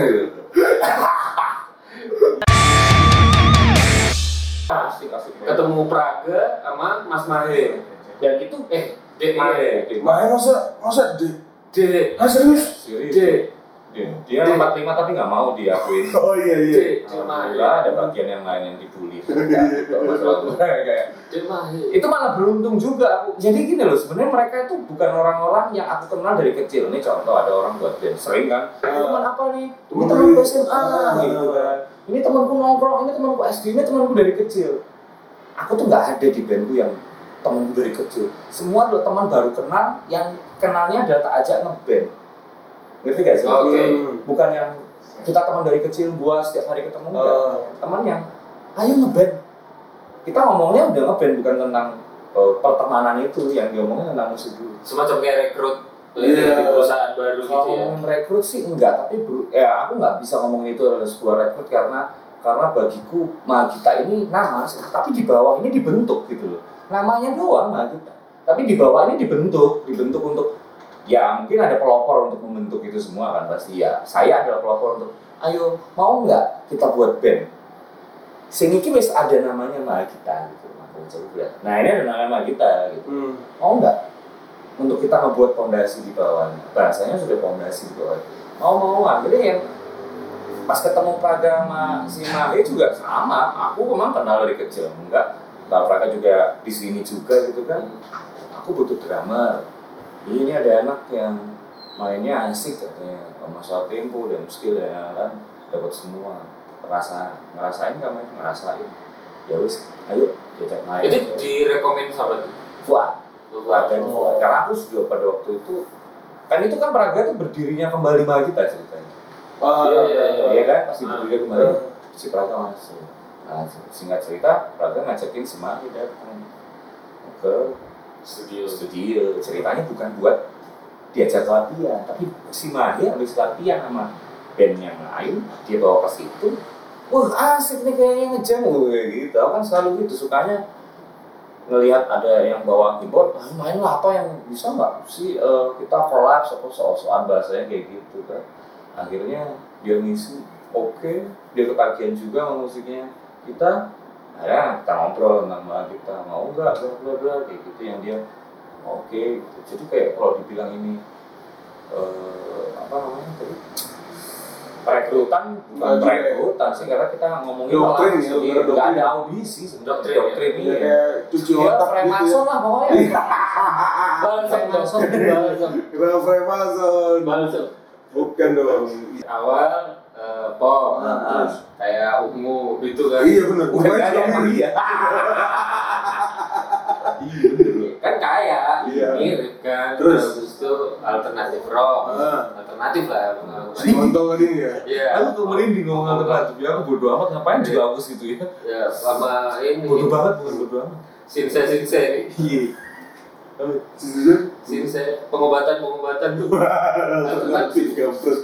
Asik, asik. Ketemu Praga sama Mas Mahe. Dan itu eh Dek Mahe. Mahe masa masa D. D. Ah serius? Serius. D. Dia, dia empat puluh lima tapi nggak mau diakuin. Oh iya iya. D. Dek Mahe. Alhamdulillah ada bagian yang lain yang dibully. Kalau masalah itu kayak Dek Mahe. itu malah beruntung juga aku. Jadi gini loh, sebenarnya mereka itu bukan orang-orang yang aku kenal dari kecil. Ini contoh ada orang buat band sering kan. Teman apa nih? Ini temanku S M A gitu kan. Ini temanku nongkrong, ini temanku S D, ini temanku dari kecil. Aku tuh nggak ada di bandku yang temanku dari kecil. Semua adalah teman baru kenal yang kenalnya adalah tak ajak ngeband. Ngerti gak sih? Oke. Bukan yang kita teman dari kecil buat setiap hari ketemu enggak. Uh. Teman yang ayo ngeband. Kita ngomongnya udah ngeband, bukan tentang uh, pertemanan itu, yang diomongin tentang musik dulu. Semacam kayak rekrut Iya. di perusahaan baru gitu Kalau ya. ngomongin rekrut sih enggak, tapi bro, ya aku nggak bisa ngomongin itu adalah sebuah rekrut karena karena bagiku Mahagita ini nama, tapi di bawah ini dibentuk gitu loh. Namanya doang Mahagita, tapi di bawah ini dibentuk, dibentuk untuk ya mungkin ada pelopor untuk membentuk itu semua kan pasti ya. Saya adalah pelopor untuk ayo mau nggak kita buat band. Sing iki wis ada namanya Mahagita gitu. Nah ini ada namanya Mahagita gitu. Hmm. Mau nggak untuk kita membuat fondasi di bawahnya? Bahasanya sudah fondasi di bawah. Mau mau akhirnya yang pas ketemu Praga sama si Mahe juga sama. Aku memang kenal dari kecil enggak. Kalau Praga juga di sini juga gitu kan. Aku butuh drummer. Ini ada anak yang mainnya asik katanya, masalah tempo dan skill ya kan dapat semua. Rasa ngerasain nggak main ngerasain. Ya wis, ayo diajak main. Itu direkomend sama tuh. Fuad. Fuad dan Fuad. Karena aku sudah pada waktu itu kan itu kan Praga itu berdirinya kembali Mahagita ceritanya. Ah, Iya, iya, iya. Iya kan pasti Ah. berdiri kembali si Praga masuk. Nah, singkat cerita Praga ngajakin si Mahe datang ke Studio. studio. Ceritanya bukan buat diajak latihan, tapi si Mahe habis latihan sama band yang lain, dia bawa ke situ. Wah asik nih kayaknya ngejam, wah gitu. Aku kan selalu gitu sukanya ngelihat ada yang bawa keyboard, ah, main lah apa yang bisa nggak sih uh, kita kolaps atau soal-soal bahasanya kayak gitu kan. Akhirnya dia ngisi, oke, okay. Dia ketagihan juga sama musiknya kita. Akhirnya kita ngobrol tentang kita mau nggak, bla bla bla kayak gitu yang dia oke. Okay, gitu. Jadi kayak kalau dibilang ini uh, apa namanya tadi perekrutan bukan perekrutan sih karena kita ngomongin doktrin ya, nggak doktrin. ada audisi sebenarnya Doktrin, doktrin Ya, ini ya. kayak cuci Ya, otak gitu Freemason ya. lah pokoknya. Balsam, balsam, balsam. Kira Freemason. Balsam. Bukan dong. Awal eh, pop, Ah, terus kayak ungu gitu kan. Iya benar. Bukan ada emang iya. Iya bener loh. Kan kaya, Iya. mirip kan. Terus? Habis itu alternatif rock, Ah. alternatif lah. Si kontol tadi ya. Iya. Aku tuh merinding ngomong alternatif ya, aku bodo amat ngapain juga aku situ ya. Ya, sama ini. Bodo banget bukan bodo amat. Sinse sinse ini. Iya. Jujur. Sinse pengobatan pengobatan tuh. Alternatif kampus.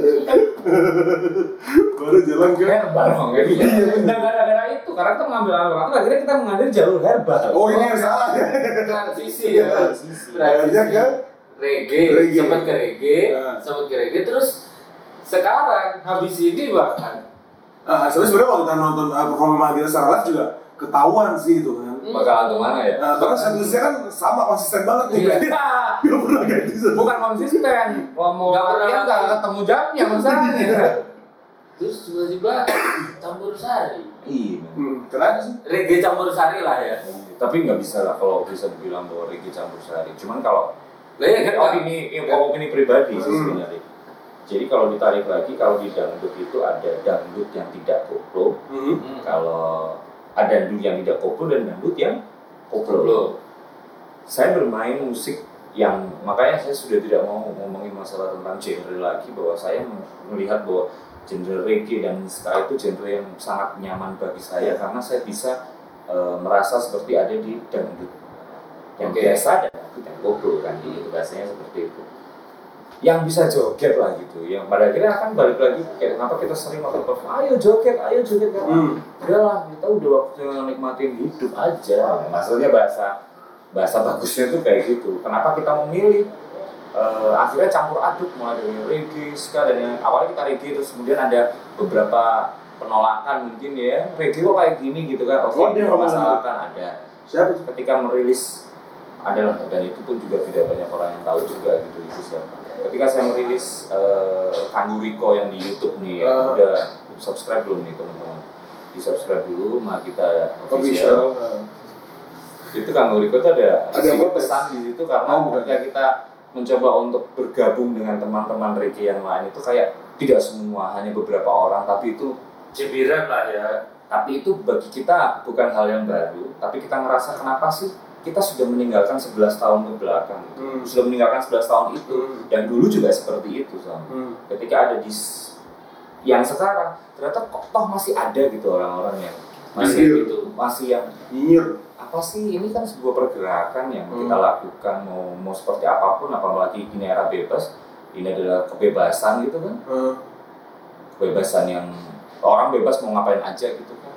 Baru jalan ke. Herbal dong ya. Nah gara-gara itu karena kita mengambil alternatif akhirnya kita mengambil jalur herbal. Oh ini yang salah ya. Transisi ya. Transisi. Akhirnya ke Reggae, Reggae. sempat ke reggae, Ah. sempat ke reggae, terus sekarang habis ini bahkan Ah, soalnya sebenarnya waktu kita nonton uh, performa Mahagita secara live juga ketahuan sih itu kan. Bakalan kemana ya? Nah, karena setlistnya kan sama konsisten banget nih. Iya. Gak pernah ganti satu. Bukan konsisten, kalau mau Nggak pernah latihan nggak latihan. ketemu jamnya masalahnya. terus tiba-tiba campur sari. Iya. Hmm, kenapa sih? Reggae campur sari lah ya. Tapi nggak bisa lah kalau bisa dibilang bahwa reggae campur sari. Cuman kalau Lah ya kan kan opini, opini pribadi sih Hmm. sebenarnya. Jadi kalau ditarik lagi, kalau di dangdut itu ada dangdut yang tidak koplo, Hmm. Hmm. kalau ada dangdut yang tidak koplo dan dangdut yang koplo. Koplo. Saya bermain musik yang makanya saya sudah tidak mau ngomongin masalah tentang genre lagi, bahwa saya melihat bahwa genre reggae dan ska itu genre yang sangat nyaman bagi saya karena saya bisa e, merasa seperti ada di dangdut yang Oke. biasa dan dangdut yang koplo kan, itu bahasanya seperti itu. Yang bisa joget lah gitu, yang pada akhirnya akan balik lagi kayak kenapa kita sering waktu perform, ayo joget, ayo joget karena Hmm. udah lah kita udah waktunya nikmatin hidup aja. Maksudnya bahasa bahasa bagusnya tuh kayak gitu. Kenapa kita memilih uh, akhirnya campur aduk mulai dari reggae, ska dan yang awalnya kita reggae terus kemudian ada beberapa penolakan mungkin ya reggae kok kayak gini gitu kan. Oke, Oh, dia ngomong masalahkan ada. Siapa sih? Ketika merilis ada lah, dan itu pun juga tidak banyak orang yang tahu juga gitu itu siapa. Ketika saya merilis uh, Kanggu Riko yang di YouTube nih, ya, Uh. udah subscribe belum nih teman-teman? Di subscribe dulu, mah kita official. official. Itu Kanggu Riko itu ada Ada sedikit apa, pesan di situ karena Oh, ketika kita mencoba untuk bergabung dengan teman-teman reggae yang lain itu kayak tidak semua, hanya beberapa orang, tapi itu cibiran lah ya. tapi itu bagi kita bukan hal yang baru, tapi kita ngerasa kenapa sih kita sudah meninggalkan sebelas tahun ke belakang, Hmm. sudah meninggalkan sebelas tahun itu, Hmm. yang dulu juga seperti itu sama. Hmm. Ketika ada di s- yang sekarang ternyata kok toh masih ada gitu orang-orang yang masih Iya. gitu, masih yang Nyinyir. apa sih ini kan sebuah pergerakan yang Hmm. kita lakukan mau mau seperti apapun, apalagi ini era bebas, ini adalah kebebasan gitu kan, Uh. kebebasan yang orang bebas mau ngapain aja gitu kan,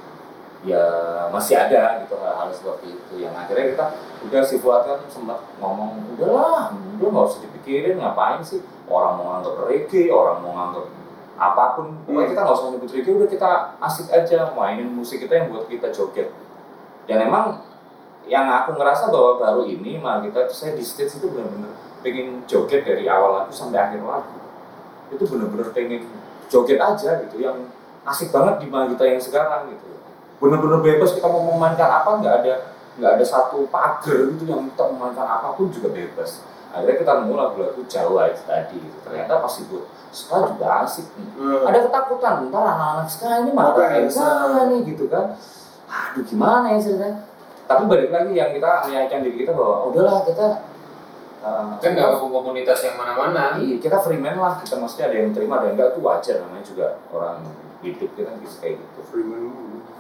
ya masih ada gitu hal-hal seperti itu yang akhirnya kita udah si Fuad kan sempat ngomong udahlah udah nggak usah dipikirin ngapain sih orang mau nganggap reggae, orang mau nganggap apapun, pokoknya kita nggak usah nyebut reggae, udah kita asik aja mainin musik kita yang buat kita joget. Dan emang yang aku ngerasa bahwa baru ini mah kita saya di stage itu benar-benar pengen joget dari awal lagu sampai akhir lagu, itu benar-benar pengen joget aja gitu yang asik banget di mah kita yang sekarang gitu, benar-benar bebas kita mau memainkan apa, nggak ada nggak ada satu pagar gitu yang kita memainkan apapun juga bebas. Akhirnya kita nemu lagu-lagu Jawa itu tadi gitu. Ternyata pas dibuat sekarang juga asik nih. Uh. Ada ketakutan, ntar anak-anak sekarang ini malah Oke, kayak sama. nih gitu kan. Aduh gimana ya ceritanya. Tapi balik lagi yang kita meyakinkan diri kita bahwa udahlah kita uh, Kan nggak gabung komunitas yang mana-mana. iya, kita free man lah, kita maksudnya ada yang terima ada yang enggak, itu wajar, namanya juga orang hidup kita bisa kayak gitu. Freeman.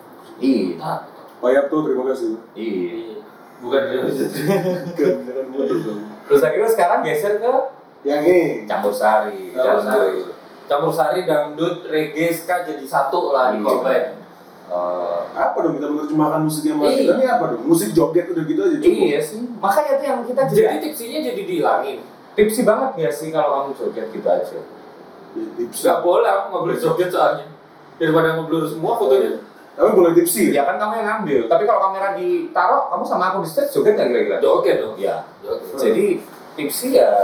Iya, Pak Yapto, terima kasih. iya. Bukan dari Bukan, bukan motor dong. Terus akhirnya sekarang geser ke Yang ini. campur sari, Campur dan sari. campur sari, dangdut, reggae, ska jadi satu lah di combine. Uh, Apa dong kita menerjemahkan musik yang Iya. kita ini apa dong? Musik joget udah gitu aja cukup. iya sih, makanya itu yang kita Jadi juga tipsinya jadi dihilangin. tipsi banget ya sih kalau kamu joget gitu aja. Ya, tips. Nggak boleh, aku nggak boleh joget soalnya. Daripada ngeblur semua fotonya. Tapi boleh tipsi ya? Ya kan kamu yang ngambil, tapi kalau kamera ditaruh, kamu sama aku di stage joget nggak kira-kira? Joget dong. Ya, Joget. jadi tipsi ya,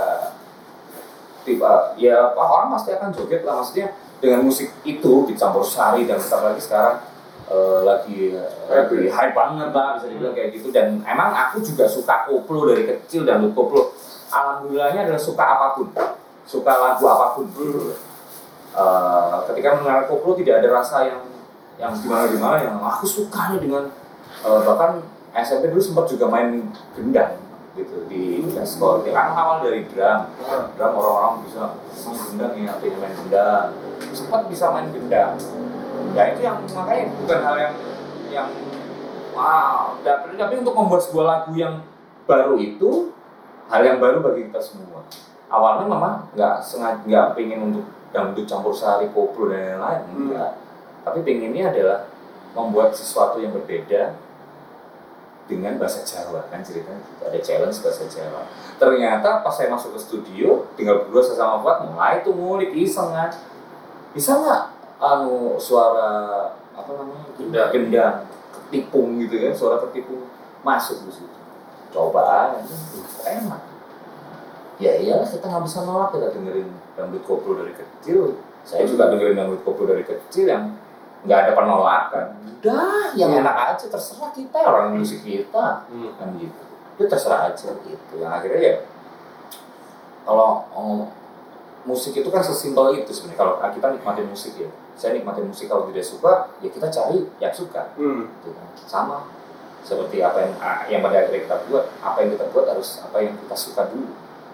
tiba ya orang pasti akan joget lah, maksudnya dengan musik itu dicampur sari dan apalagi sekarang eh, lagi lagi hype banget lah bisa dibilang kayak gitu. Dan emang aku juga suka koplo dari kecil, dan koplo alhamdulillahnya adalah suka apapun, suka lagu apapun gitu. Eh, ketika mendengar koplo tidak ada rasa yang yang gimana-gimana, yang aku suka nih dengan eh, bahkan S M P dulu sempat juga main gendang gitu di sekolah. Ya kan awal dari drum, drum orang-orang bisa main gendang ya, pengen main gendang, sempat bisa main gendang. Ya itu yang makanya bukan hal yang yang wow, tapi, tapi untuk membuat sebuah lagu yang baru itu hal yang baru bagi kita semua. Awalnya memang nggak sengaja, nggak pengen untuk dangdut campur sari, koplo dan lain-lain, enggak. Tapi pengennya adalah membuat sesuatu yang berbeda dengan bahasa Jawa, kan ceritanya gitu. Ada challenge bahasa Jawa. Ternyata pas saya masuk ke studio, tinggal berdua saya sama Fuad, mulai tuh ngulik iseng kan. Bisa nggak anu suara apa namanya Gendang. gendang ketipung gitu kan, suara ketipung masuk di situ. Coba aja, enak. Ya iyalah, kita nggak bisa nolak, kita dengerin dangdut koplo dari kecil. Saya juga dengerin dangdut koplo dari kecil yang nggak ada penolakan. Udah, yang Hmm. enak aja, terserah kita, orang musik kita, Hmm. kan gitu. Itu terserah aja gitu. Yang akhirnya ya, kalau oh, musik itu kan sesimpel itu sebenarnya. Kalau kita nikmatin musik ya, saya nikmatin musik, kalau tidak suka, ya kita cari yang suka. Hmm. Gitu kan. Sama seperti apa yang yang pada akhirnya kita buat, apa yang kita buat harus apa yang kita suka dulu.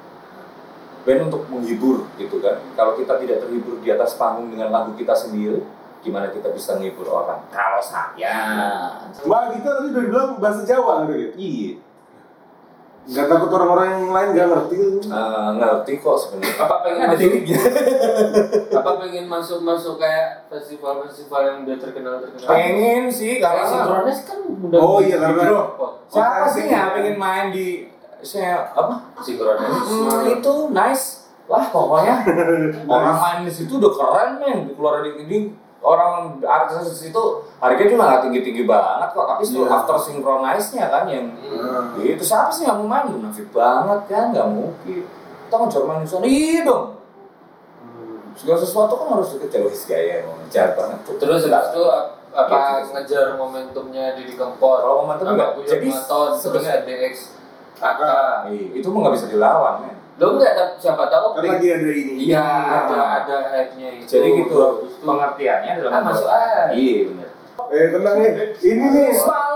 Band untuk menghibur gitu kan. Kalau kita tidak terhibur di atas panggung dengan lagu kita sendiri, gimana kita bisa menghibur orang? Kalau saya, Mbak kita tadi udah bilang bahasa Jawa gitu. iya, Nggak takut orang-orang yang lain nggak ngerti gitu. uh, ngerti kok sebenarnya. Apa pengen Ada masuk, liriknya. apa pengen masuk-masuk kayak festival-festival yang udah terkenal-terkenal? Pengen sih, Kayak karena sinkronis kan udah Oh di- iya, karena- di drop kok. siapa Oh, sih nggak pengen main di saya apa? Sinkronis. Hmm, itu nice. Wah pokoknya orang main di situ udah keren nih, keluar dari ini orang artis itu harganya cuma nggak tinggi-tinggi banget kok, tapi setelah Iya. after synchronize-nya kan yang Hmm. itu siapa sih nggak mau main? Munafik banget kan, nggak mungkin. Kita ngejar main di sana, iya dong. Segala sesuatu kan harus dikejar, wis gaya mau ngejar banget. Terus habis itu apa Iya, terus. ngejar momentumnya Didi Kempot, Kalau momentum enggak, jadi jadi terus sebenarnya D X Aka. Iya, itu mah nggak bisa dilawan men. Lo enggak tapi siapa tahu Kan lagi ada ini. iya ada ada hype-nya itu. Jadi gitu Bagus tuh. pengertiannya dalam Ah, masuk aja. Iya benar. Eh tenang nih, ini nih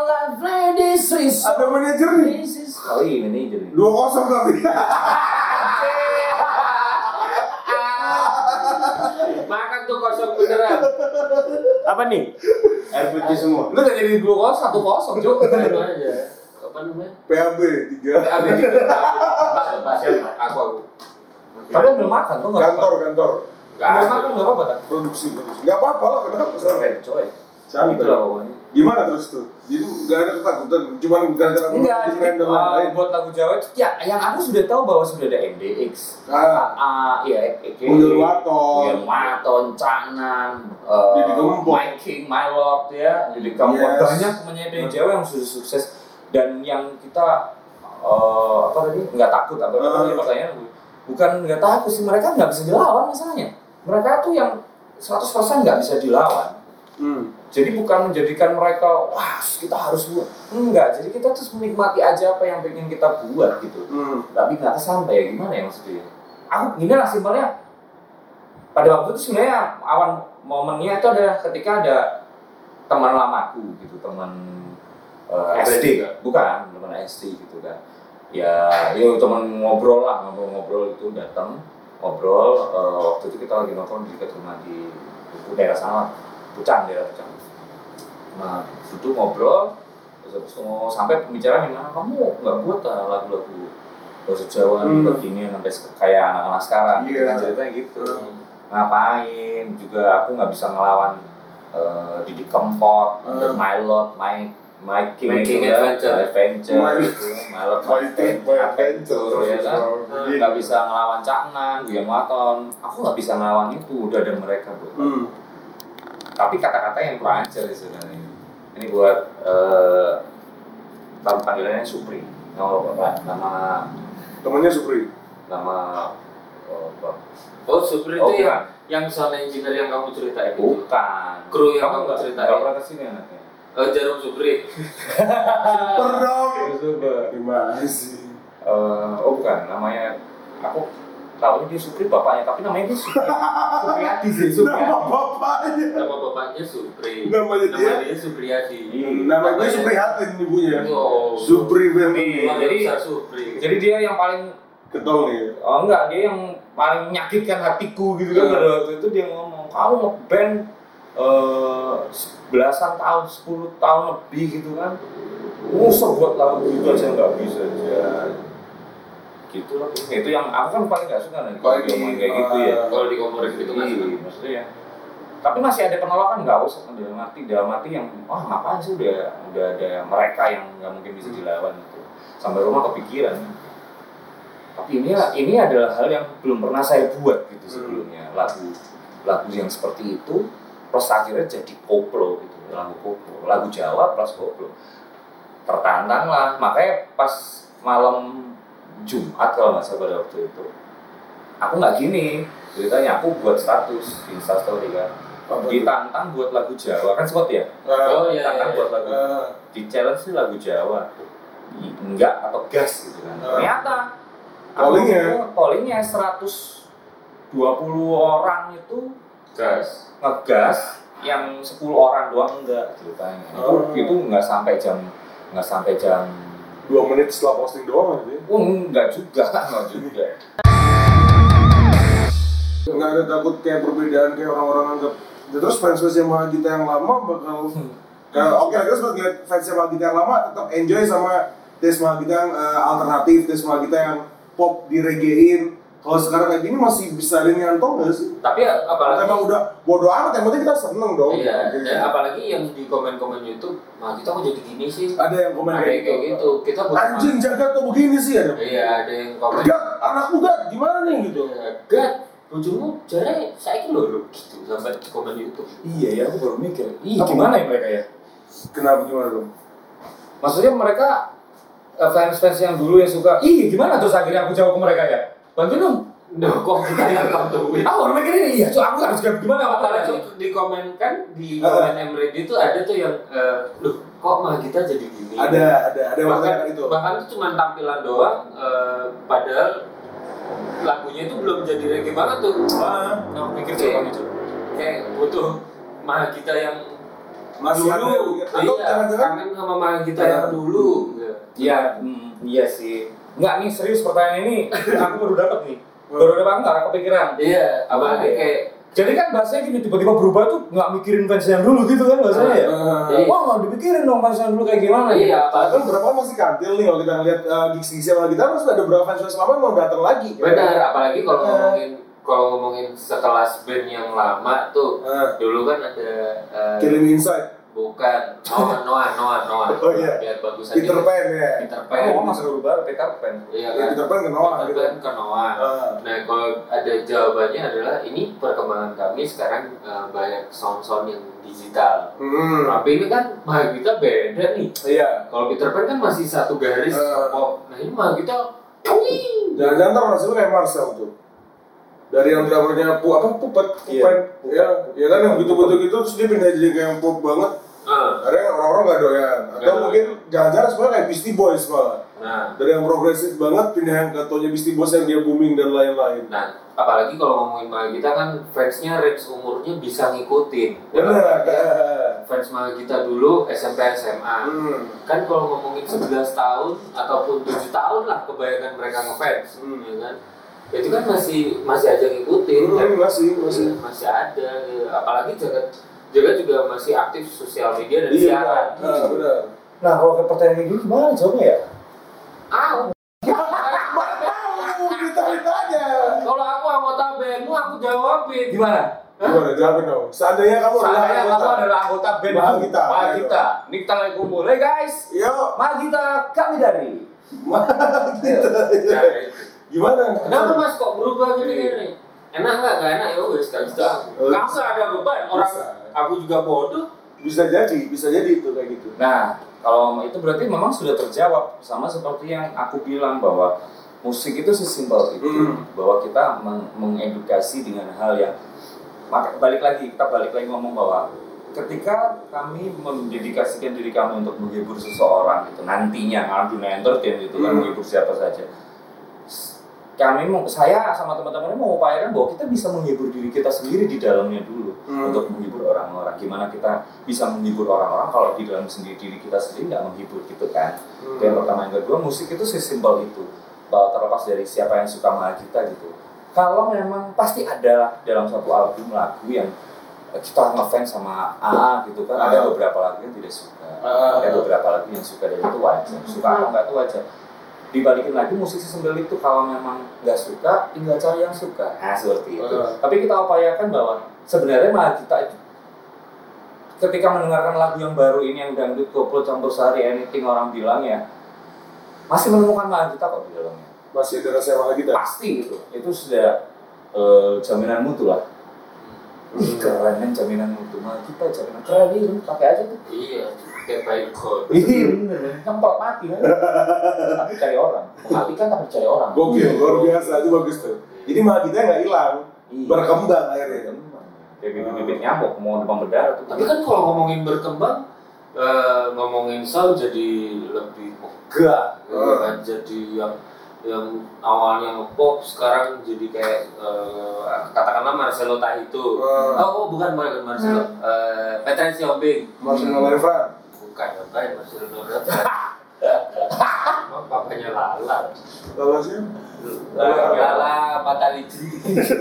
ada manajer nih. Oh iya manajer. Dua kosong tapi. Makan tuh kosong beneran. Apa nih? Air putih semua. Lu udah jadi dua kosong satu kosong juga. Anu aja. Apa namanya? P A B tiga. P A B tiga. Pasien aku aku. Tapi ambil makan tuh nggak Kantor kantor. Ambil makan nggak apa-apa kan? Produksi produksi. Gak apa-apa lah, kenapa? Keren coy. Santai. Itulah pokoknya. Gimana terus tuh? Jadi nggak ada ketakutan, cuma gara-gara Enggak, produksi jadi dan uh, lain-lain. buat lagu Jawa itu ya yang aku sudah tahu bahwa sudah ada M D X. Ah. Ah, iya, Eke, Uyul Waton. Uyul Waton, Canan, uh, Didi Kempot. My King, My Lord ya, Didi Kempot. Yes. Banyak penyanyi Jawa yang sudah sukses dan yang kita uh, apa tadi nggak takut apa Ah. tadi pertanyaan bukan nggak takut sih, mereka nggak bisa dilawan masalahnya. Mereka tuh yang seratus persen nggak bisa dilawan. Hmm. Jadi bukan menjadikan mereka wah kita harus buat enggak, jadi kita terus menikmati aja apa yang pengen kita buat gitu. Hmm. Tapi nggak kesampai ya gimana ya maksudnya? Aku gini lah simpelnya. Pada waktu itu sebenarnya awan momennya itu adalah ketika ada teman lamaku gitu, teman uh, S D, bukan teman S D gitu kan. Ya, yuk teman ngobrol lah, ngobrol-ngobrol itu datang ngobrol. Uh, waktu itu kita lagi nongkrong di dekat rumah di daerah sana, Pucang, daerah Pucang. Nah, itu ngobrol, terus habis itu mau sampai pembicaraan gimana, kamu nggak buat lah lagu-lagu bahasa Jawa Hmm. begini sampai se- kayak anak-anak sekarang, gitu Iya. kan ceritanya gitu. Hmm. Ngapain? Juga aku nggak bisa ngelawan uh, Didi Kempot, Hmm. My Lord, My My King, My King gitu kan, Adventure. Adventure, My- gitu. My Lord, My King, My Adventure, ya kan. Adventure. Nggak bisa ngelawan Caknan, Guyon Waton. Aku nggak bisa ngelawan itu, udah ada mereka bro. Hmm. Tapi kata-kata yang kurang ajar sih sebenarnya. Ini buat eh uh, panggilannya Supri. Nama bapak, nama Temennya Supri. nama oh, Bang. Oh, Supri Oh, itu yang bukan. yang sound engineer yang kamu ceritain itu. Bukan. Kru yang kamu kamu nggak ceritain. nggak pernah kesini anaknya. Oh, Jarum Supri. Perdong. Coba. Gimana sih? Eh, oh bukan, namanya aku tahunya dia Supri bapaknya, tapi namanya dia Supri. Supriyadi sih, Nama Supriyadi. bapaknya. Nama bapaknya Supri. Namanya dia? Nama dia Supriyadi. Nama gue Supri Hatin ibunya. Oh. Supri Family. Iya, jadi- besar Supri. Jadi dia yang paling Ketol nih. oh enggak, dia yang paling menyakitkan hatiku gitu kan. Hmm. Pada waktu itu dia ngomong, kamu nge-band eh belasan tahun, sepuluh tahun lebih gitu kan. Musuh buat lagu itu aja nggak bisa aja. Gitu loh. Itu yang aku kan paling nggak suka nih kalau Kalau dia ngomong di- kayak gitu ya. Kalau di komporin gitu nggak Iya, suka. maksudnya. Tapi masih ada penolakan nggak usah dalam arti dalam arti yang wah ngapain sih udah udah ada mereka yang nggak mungkin bisa dilawan gitu. Sampai rumah kepikiran. Tapi ini ini adalah hal yang belum pernah saya buat gitu sebelumnya, lagu lagu yang seperti itu terus akhirnya jadi koplo gitu, lagu koplo, lagu Jawa plus koplo. Tertantang lah, makanya pas malam Jumat kalau nggak salah pada waktu itu aku nggak gini ceritanya, aku buat status di Instastory kan ditantang buat lagu Jawa kan spot ya, Oh iya. ditantang iya. buat lagu Ah. di challenge sih lagu Jawa I- enggak atau gas gitu kan. Ah. Ternyata Pollingnya? aku- pollingnya seratus dua puluh orang itu Gas. ngegas, yang sepuluh orang doang enggak ceritanya. Oh. Itu itu enggak sampai jam enggak sampai jam Dua menit setelah posting doang aja. oh, enggak juga, enggak juga. Nggak ada takut kayak perbedaan kayak orang-orang anggap. Ya, terus fans-fans yang Mahagita yang lama bakal kayak oke kita sebagai fans yang Mahagita yang lama tetap enjoy sama tes Mahagita yang eh, alternatif, tes Mahagita yang pop diregein. Kalau sekarang kayak gini masih bisa ada nyantol nggak sih? Tapi ya, Atau apalagi emang udah bodo amat, yang penting kita seneng dong. iya, dan apalagi yang di komen-komen YouTube, nah kita kok jadi gini sih? Ada yang komen Ada yang kayak gitu. Kita bukan Anjing jagat kok begini sih ada. Iya, ada yang komen. Gat, anakku gat, gimana nih gitu? Iya, God, bojomu jare saiki lho lho gitu sampai di komen YouTube. Iya ya, aku baru mikir. Ih, gimana ya mereka ya? Kenapa gimana dong? Maksudnya mereka uh, fans-fans yang dulu yang suka, ih gimana terus akhirnya aku jawab ke mereka ya? Bantuin dong. Duh, kok kita yang bantuin? Aku orang mikir ini, iya, so aku harus jawab gimana? Apalagi di komen kan di komen Emready itu ada tuh yang, uh, loh kok mah kita jadi gini? Ada, ada, ada bahkan itu. bahkan itu cuma tampilan doang, uh, padahal lagunya itu belum jadi reggae banget tuh. Ah, Aku pikir jawaban itu. Kayak butuh mah kita yang masih ada dulu, atau iya, jangan-jangan kangen sama mah kita yang dulu. Iya, mm, iya sih. Enggak nih serius pertanyaan ini, aku baru dapat nih. Baru dapat enggak kepikiran. Iya, apalagi kayak jadi kan bahasanya gini tiba-tiba berubah tuh nggak mikirin fans yang dulu gitu kan bahasanya ya. uh, Wah nggak dipikirin dong fans yang dulu kayak gimana? iya, Padahal kan beberapa masih kantil nih kalau kita ngeliat uh, gigs-gigs sama kita terus ada beberapa fans lama yang mau datang lagi. benar, apalagi kalau Uh. ngomongin kalau ngomongin sekelas band yang lama tuh, Uh. dulu kan ada uh, Killing Me Inside, bukan Noah Noah Noah Noah. Oh, iya. Biar bagus aja. Peter Pan ya. Peter Pan. Oh masih baru baru Peter Pan. Iya Ya, kan. Peter Pan ke Noah Peter gitu. Pan ke Noah. Uh. Nah, kalau ada jawabannya adalah ini perkembangan kami sekarang uh, banyak sound-sound yang digital. Hmm. Tapi ini kan mah kita beda nih. Iya. Kalau Peter Pan kan masih satu garis Uh. pop. Nah, ini mah kita Jangan-jangan ntar hasilnya kayak Marcel tuh. Dari yang drummernya pu apa pupet, Iya, pupen, Pupen. ya, ya kan yang begitu-begitu gitu terus dia pindah jadi kayak yang pop banget. uh. Ada orang-orang nggak doyan, atau Nggak mungkin jangan-jangan sebenarnya kayak Beastie Boys malah. Nah, Dari yang progresif banget pindah yang ke tonya Beastie Boys yang dia booming dan lain-lain. nah apalagi kalau ngomongin mah kita kan fansnya range umurnya bisa ngikutin. Benar. Fans mah kita dulu S M P S M A. Hmm. Kan kalau ngomongin sebelas tahun ataupun tujuh tahun lah kebanyakan mereka ngefans, Hmm. ya kan? Itu kan masih masih aja ngikutin, Hmm, kan? masih, masih. masih ada. Ya. Apalagi jaga jaga juga masih aktif sosial media dan Iya, siaran. nah, benar. Nah kalau ke pertanyaan kayak gini gimana jawabnya ya? Ah, Mau kita aja. kalau aku anggota bandmu aku jawabin. Gimana? Gimana jawabin dong? Seandainya kamu adalah Saya kamu anggota. adalah anggota band Mahagita. Mahagita. Nikta lagi kumpul. Hey guys, Yo, Mahagita kami dari. Mahagita. Nah, Gimana? kenapa mas kok berubah gini-gini? Enak nggak? Nggak enak ya wes kan sudah. Oh, Kamu nggak ada beban orang. bisa. Aku juga bodoh. Bisa jadi, bisa jadi itu kayak gitu. Nah, kalau itu berarti memang sudah terjawab sama seperti yang aku bilang bahwa musik itu sesimpel itu, Hmm. bahwa kita meng- mengedukasi dengan hal yang maka balik lagi kita balik lagi ngomong bahwa ketika kami mendedikasikan diri kami untuk menghibur seseorang itu nantinya alam dunia entertain itu kan Hmm. menghibur siapa saja. Kami mau, saya sama teman-teman mau upayakan bahwa kita bisa menghibur diri kita sendiri di dalamnya dulu Hmm. untuk menghibur orang-orang. Gimana kita bisa menghibur orang-orang kalau di dalam sendiri diri kita sendiri nggak menghibur gitu kan? Hmm. Itu yang pertama. Yang kedua, musik itu sesimpel itu. Bahwa terlepas dari siapa yang suka sama kita gitu. Kalau memang pasti ada dalam satu album lagu yang kita ngefans sama A gitu kan, ada Ah. beberapa lagu yang tidak suka, Ah. ada beberapa lagu yang suka dan itu wajar. Suka atau enggak itu wajar. Dibalikin lagi musisi sembel itu kalau memang nggak suka, tinggal cari yang suka. Nah seperti itu. Uh. Tapi kita upayakan bahwa sebenarnya malah kita itu ketika mendengarkan lagu yang baru ini yang dangdut koplo campur sari anything orang bilang ya masih menemukan malah kita kok di dalamnya. Masih ada rasa yang kita. Pasti gitu. Itu sudah eh, jaminan mutu lah. Ih keren kan jaminan mutu malah kita jaminan keren ini pakai aja tuh. Iya, kayak baik kok. Iya bener, nyempot mati kan. Tapi cari orang, mematikan tapi cari orang. Gokil, luar biasa, itu bagus tuh. Jadi malah kita nggak hilang, Iya. berkembang akhirnya. Kayak bibit-bibit nyamuk mau demam berdarah tuh. Tapi kan kalau ngomongin berkembang, eh, ngomongin sound jadi lebih megah, gitu Hmm. kan? Jadi yang yang awalnya nge-pop sekarang jadi kayak eh, katakanlah Marcelo Tahito. Hmm. Oh, oh, bukan bukan Marcelo, eh Petra Sihombing. Marcelo Lefran. Bukan, ngapain Marcelo Lefran? Papanya Lala. Lalu sih? Lala Pataliji.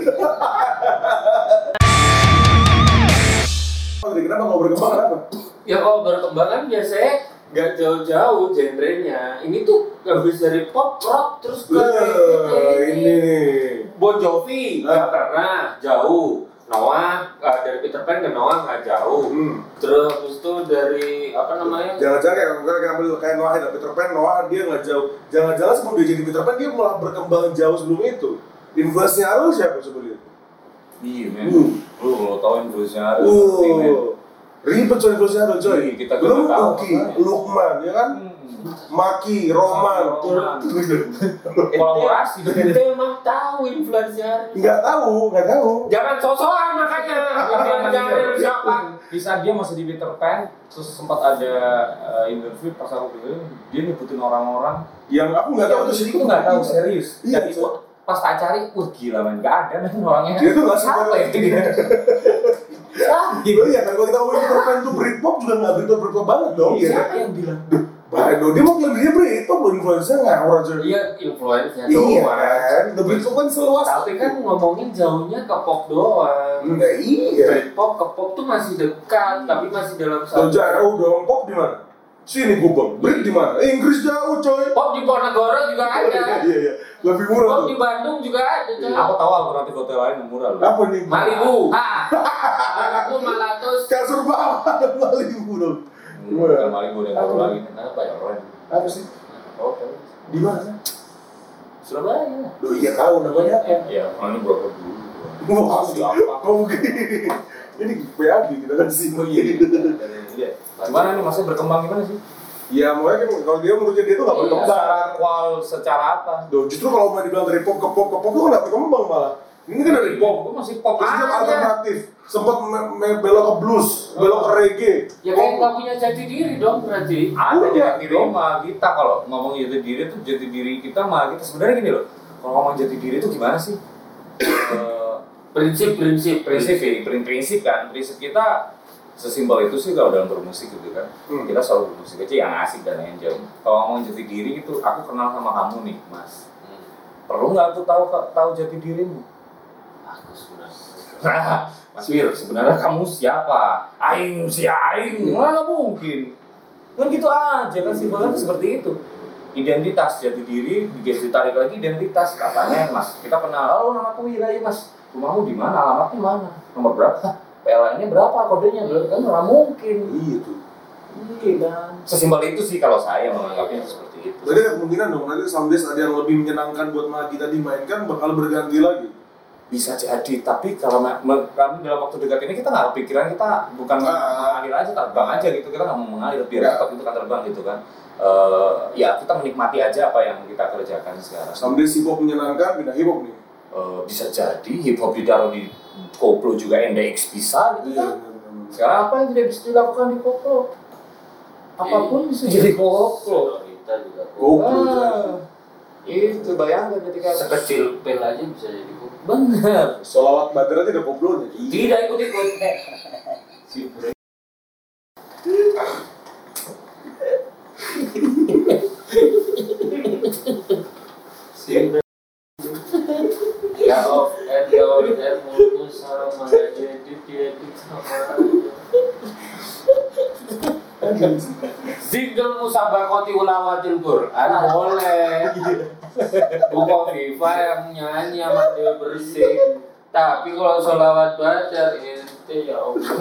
Kenapa nggak berkembang kenapa? Ya kalau berkembang kan biasanya nggak jauh-jauh genrenya. Ini tuh habis dari pop, rock, terus ke Lah, ini. Bon Jovi nggak pernah jauh. Noah eh, dari Peter Pan ke Noah nggak jauh. Hmm. Terus habis itu dari apa namanya? Jangan-jangan kayak kayak ambil kayak Noah ada Peter Pan, Noah dia nggak jauh. Jangan-jangan sebelum dia jadi Peter Pan dia malah berkembang jauh sebelum itu. Influence-nya Arul siapa sebelumnya? Iya men. Uh. Lu lo tau influencer. Uh, ribet coy influencer coy. Iya, kita belum juga tahu, Uki, makanya. Lukman ya kan, Maki, Roman, Roman. Kolaborasi. Kita emang tahu influencer. nggak tahu, nggak tahu. Jangan sosokan makanya. Influencer siapa? Bisa dia masih di Peter Pan, terus sempat ada uh, interview pas aku bilang dia nyebutin orang-orang Yang aku nggak tahu tuh sih. itu nggak tahu serius. Iya, Dan itu pas tak cari, wah gila men, nggak ada men orangnya. Dia tuh nggak siapa suka. ya itu dia. Ah, Gitu ya kan, kalau kita ngomongin Peter Pan tuh Britpop juga nggak Britpop Britpop banget dong. Iya, Ya siapa kan? yang bilang? Bahkan dia mau bilang dia Britpop loh influencer ngawur aja. Iya, influencer Iya doang. kan, the Britpop kan seluas. Tapi kan ngomongin jauhnya ke pop doang. Enggak iya. Britpop ke pop tuh masih dekat, tapi masih dalam Kalau jauh dong, pop di mana? Sini gue bang, Brit di mana? Eh, Inggris jauh coy. Pop di Ponegoro juga Iya ada. iya iya, lebih murah Pop tuh. di Bandung juga ada. coy. Aku tahu alternatif hotel lain yang murah loh. Apa nih? Malibu. Ah. Malibu Malatus. Kasur bawah ada Malibu dong. Bukan maling gue udah tahu lagi. Apa ya orang? Apa sih? Hotel. Di mana? Surabaya. Loh iya tahu namanya apa? Ya, ini broker dulu. Wah, Siapa? oh, mungkin. Ini P A D kita kan sih. Oh iya. Iya. Gimana nih maksudnya berkembang gimana sih? Ya makanya kan kalau dia menurutnya dia tuh nggak Iya. berkembang. Secara kual, secara apa? Loh, justru kalau mau dibilang dari pop ke pop ke pop itu nggak berkembang malah. Ini kan dari pop. Gue masih pop Terus dia aja. alternatif, sempat me- me- belok ke blues, belok ke reggae. Ya kayak nggak punya jati diri dong berarti. Ada Punya jati diri dong. mah kita kalau ngomong jati diri itu jati diri kita mah kita sebenarnya gini loh. Kalau ngomong jati diri itu gimana sih? Eh, Prinsip-prinsip. prinsip ya, prin- prinsip kan, prinsip kita sesimpel itu sih kalau dalam bermusik gitu kan. Hmm. Kita selalu bermusik aja yang asik dan enjoy. Kalau ngomong jati diri itu, aku kenal sama kamu nih, Mas. Hmm. Perlu nggak aku tahu tahu jati dirimu? Aku sudah. Nah, Mas Wir, sebenarnya kamu siapa? Aing si Aing, mana mungkin? Kan gitu aja kan simpelnya tuh seperti itu. Identitas jati diri, ditarik lagi identitas katanya Mas. Kita kenal, oh nama aku Wira ya Mas. Rumahmu di mana? Alamatnya mana? Nomor berapa? P L N-nya berapa? Kodenya berapa? Kan nggak mungkin. Iya tuh. Iya kan. Sesimpel itu sih kalau saya menganggapnya seperti itu. Berarti ada kemungkinan dong nanti someday ada yang lebih menyenangkan buat Magi kita dimainkan bakal berganti lagi. Bisa jadi, tapi kalau me- me- kami dalam waktu dekat ini kita nggak kepikiran, kita bukan Ah. mengalir aja, terbang aja gitu, kita nggak mau mengalir biar Ya. cepat itu kan terbang gitu kan. Eh, ya kita menikmati aja apa yang kita kerjakan sekarang. Someday si pop menyenangkan pindah hip hop nih. Eh, bisa jadi hip hop ditaruh di koplo juga N D X bisa gitu Iya. kan. Sekarang apa yang tidak bisa dilakukan di koplo? Apapun bisa jadi koplo. Kita juga. Koplo. Ah, itu bayangkan ketika Sekecil pil aja bisa jadi kok. bener. Solawat Badar aja ada koplonya. Tidak ikut-ikut. Ya of and your and mulus sama jadi dia sama. Single musabakoti ulawatil Quran boleh. Buko Viva yang nyanyi sama dia bersih. Tapi kalau sholawat badar ente ya Allah.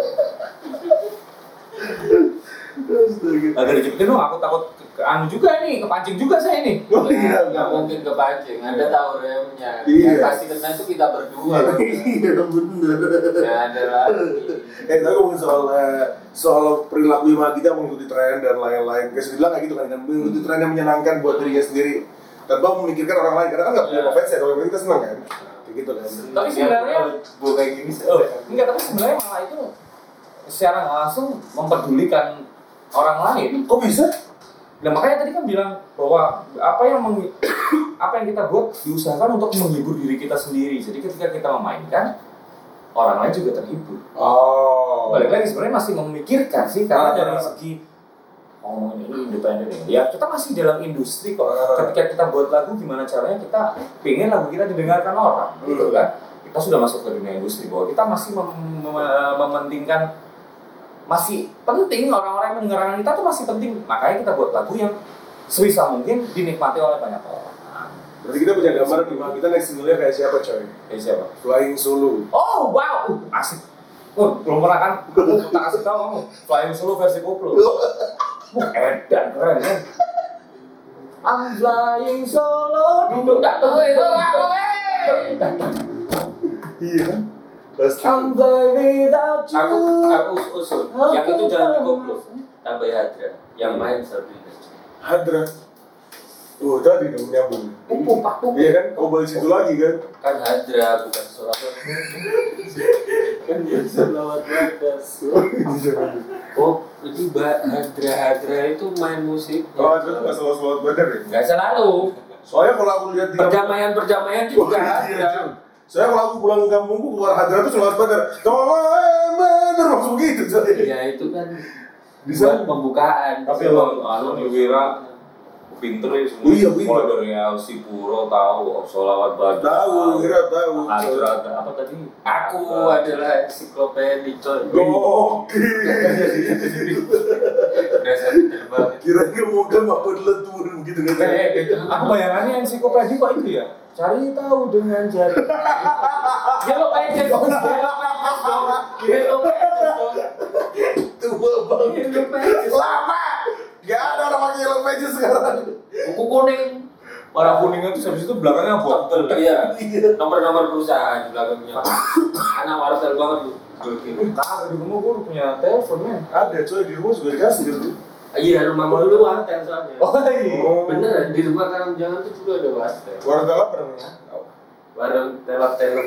Agak dicepetin dong, aku takut ke, ke anu juga nih, kepancing juga saya nih. Oh iya. Nggak mungkin kepancing, ada tahu remnya. Iya. Yang pasti kena itu kita berdua. Iya bener. Nggak ada lagi. Eh tapi ngomongin soal eh, soal perilaku Ima kita mengikuti tren dan lain-lain. Kayak bilang kayak gitu kan, kan mengikuti tren yang menyenangkan buat dirinya sendiri tanpa memikirkan orang lain. Karena kan nggak punya Ya. fans ya, kalau kita senang kan. Kayak gitu kan. Tapi sebenarnya gue kayak gini sih. oh, enggak, tapi sebenarnya malah itu secara nggak langsung mempedulikan orang lain. Kok bisa? Nah makanya tadi kan bilang bahwa apa yang meng, apa yang kita buat diusahakan untuk menghibur diri kita sendiri. Jadi ketika kita memainkan, orang lain juga terhibur. Oh. Balik lagi sebenarnya masih memikirkan sih, karena Ah. dari segi ngomongin ini independen ini, ya kita masih dalam industri kok. Ah. Ketika kita buat lagu, gimana caranya kita pengen lagu kita didengarkan orang, gitu Hmm. kan? Kita sudah masuk ke dunia industri bahwa kita masih mem- mem- mementingkan, masih penting orang-orang yang mendengarkan kita tuh masih penting. Makanya kita buat lagu yang sebisa mungkin dinikmati oleh banyak orang. Berarti kita punya gambaran Ima kita next single-nya kayak siapa coy? Kayak siapa? Flying Solo. Oh wow, uh, asik. Oh, belum pernah kan? Aku tak kasih tau kamu. Flying Solo versi koplo. Wah, edan keren kan? I'm flying solo, duduk tak tahu itu aku. Iya kan? Pasti. Someday without you. Aku aku usul. Yang itu jangan dikoplo. Tambah Hadra. Yang main Sabrina. Hadra. Oh tadi dong nyambung. Pupuk pak pupuk. Iya kan? Kau balik situ lagi kan? Kan Hadra bukan Solawat. Kan dia Solawat Badas. Oh, itu Mbak Hadra Hadra itu main musik. Oh Hadra tuh nggak selalu selalu bener ya? Nggak selalu. Soalnya kalau aku lihat di Perdamaian perdamaian juga Oh, ada. iya, Jun. Soalnya kalau aku pulang ke kampungku keluar Hadra tuh selalu bener. Tolong bener maksud begitu soalnya. Ya itu kan Bisa. buat pembukaan. Tapi emang anu Wira pinter ya semua. Iya, pinter. Mulai dari si Puro tahu, Solawat Badas Tahu, Wira tahu. Hadra apa tadi? Aku adalah ensiklopedia coy. Gokil. Berasa pinter banget. Kira-kira mau gak apa turun gitu kan? Eh, gitu. Aku bayangannya ensiklopedia kok itu ya? Cari tahu dengan jari. Yellow Pages dong. Yellow Pages dong. Tua banget. Yellow Pages. Lama. Gak ada orang pakai yellow pages sekarang. Buku kuning. Warna kuning itu habis itu belakangnya abu-abu. Iya. Nomor-nomor perusahaan di belakangnya. Anak wartel banget lu. Gokil. Kagak di rumah gue punya telepon men. Ada coy di rumah juga dikasih gitu. Iya, rumah mau dulu wartel soalnya. Oh iya. Beneran di rumah Karang Jangan tuh dulu ada wartel. Wartel apa namanya? Warung telap-telap.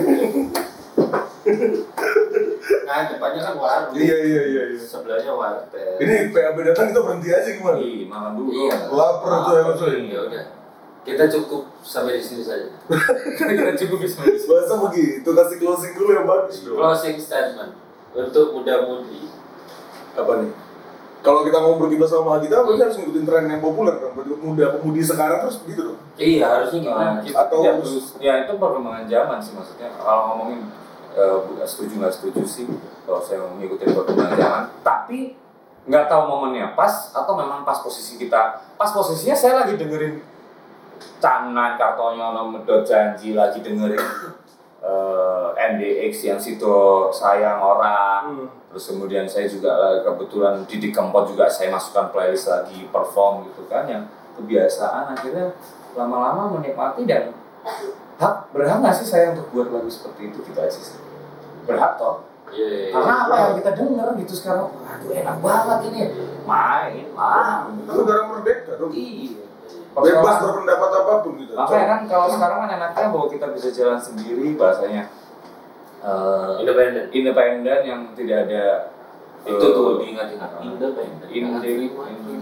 Nah, depannya kan warung. Iya iya iya iya. Sebelahnya wartel. Ini P A B datang kita berhenti aja gimana? Ih, makan dulu. Iya. Lapar tuh ya coy. Ya udah. Kita cukup sampai di sini saja. Kita cukup bisa. Bahasa begitu, kasih closing dulu yang bagus dong. Closing statement untuk muda-mudi. Apa nih? Kalau kita mau berkiblat sama kita, berarti harus ngikutin tren yang populer kan. Berarti muda pemudi sekarang terus begitu dong. Iya, harusnya gimana? Nah, kita Atau- ya, terus, ya itu perkembangan zaman sih maksudnya. Kalau ngomongin eh, setuju nggak setuju sih, kalau saya mengikuti perkembangan zaman. Tapi nggak tahu momennya pas atau memang pas posisi kita. Pas posisinya saya lagi dengerin Canan Kartonyono Medot Janji, lagi dengerin eh, N D X yang situ sayang orang. Hmm. Terus kemudian saya juga eh, kebetulan Didi Kempot juga saya masukkan playlist lagi perform gitu kan, yang kebiasaan akhirnya lama-lama menikmati dan hak berhak nggak sih saya untuk buat lagu seperti itu, gitu aja sih. Berhak toh. Iya, iya, Karena iya. apa yang kita denger gitu sekarang, waduh enak banget ini, main lah. Itu negara merdeka dong. Iya. Bebas berpendapat apapun gitu. Makanya kan kalau sekarang kan enaknya bahwa kita bisa jalan sendiri, bahasanya eh, Independen. independen yang tidak ada Itu eh, tuh diingat-ingat. Independen. Independen.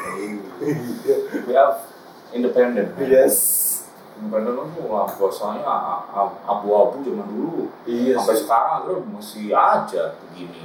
We have independen. Yes. Independen itu lah bahasanya a- a- abu-abu zaman dulu. Iya. Sampai sekarang tuh masih aja begini.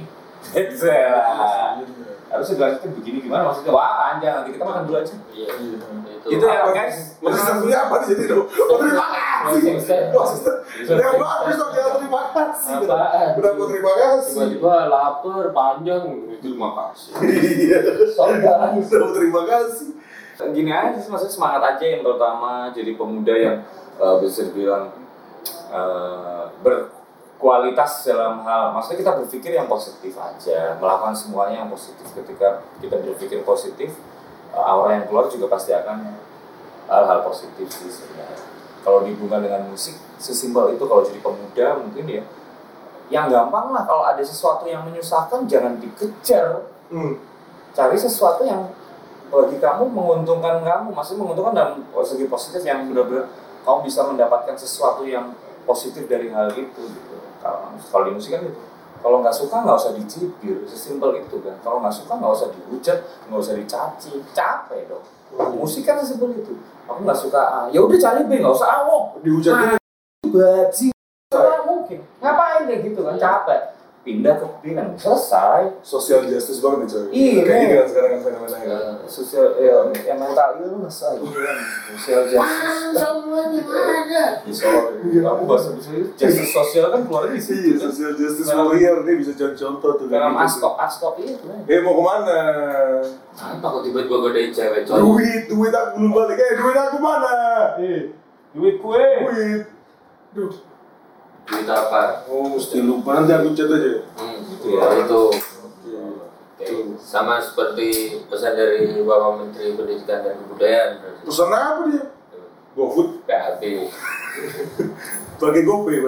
Gitu. Harusnya gelasnya begini gimana maksudnya? Wah panjang, nanti kita makan dulu aja. Iya. Itu. Itu ya guys. Masih sebelumnya apa nih jadi dong? Oh, terima kasih. Wah, sister. Yang bagus dong, jangan terima kasih. Apaan? Berapa terima kasih? Tiba-tiba lapar, panjang, itu terima kasih. Iya. Sorry guys. Berapa terima kasih? Gini aja sih, maksudnya semangat aja yang pertama, jadi pemuda yang eh, bisa dibilang eh, berkualitas dalam hal, maksudnya kita berpikir yang positif aja, melakukan semuanya yang positif. Ketika kita berpikir positif, eh, aura yang keluar juga pasti akan hal-hal positif sih sebenarnya. Kalau dihubungkan dengan musik, sesimpel itu. Kalau jadi pemuda mungkin ya, yang gampang lah, kalau ada sesuatu yang menyusahkan jangan dikejar, Hmm. cari sesuatu yang bagi kamu menguntungkan kamu, maksudnya menguntungkan dalam segi positif, yang benar-benar kamu bisa mendapatkan sesuatu yang positif dari hal itu gitu. Kalau kalau di musik kan gitu, kalau nggak suka nggak usah dicibir, sesimpel itu kan. Kalau nggak suka nggak usah dihujat, nggak usah dicaci, capek dong. Musik kan sesimpel itu. Aku nggak suka A, ya udah cari B, nggak usah A, wong Dihujat baji, nggak mungkin. Ngapain kayak gitu kan, capek. Pindah ke B kan selesai. Sosial justice banget nih coy. Iya. Kayak gitu kan sekarang kan fenomena-nya. Eh, sosial ya, ya mental illness lah gitu kan, sosial justice. Semuanya ada. Sorry, aku bahasa bisa justice sosial kan keluarnya di situ. Iya, sosial justice warrior nih bisa jadi contoh tuh. Dalam kayak gitu. askop askop itu kan. Eh mau kemana? Apa kok tiba-tiba godain cewek coy? Duit, duit aku belum balik. Eh duit aku mana? Eh, duit kue. Duit. Duh. Duit apa? Oh mesti lupa, nanti aku chat aja. Hmm, itu ya itu. Oke. Sama seperti pesan dari Bapak Menteri Pendidikan dan Kebudayaan. Pesan apa dia? GoFood. P H B. Pakai GoPay bayar.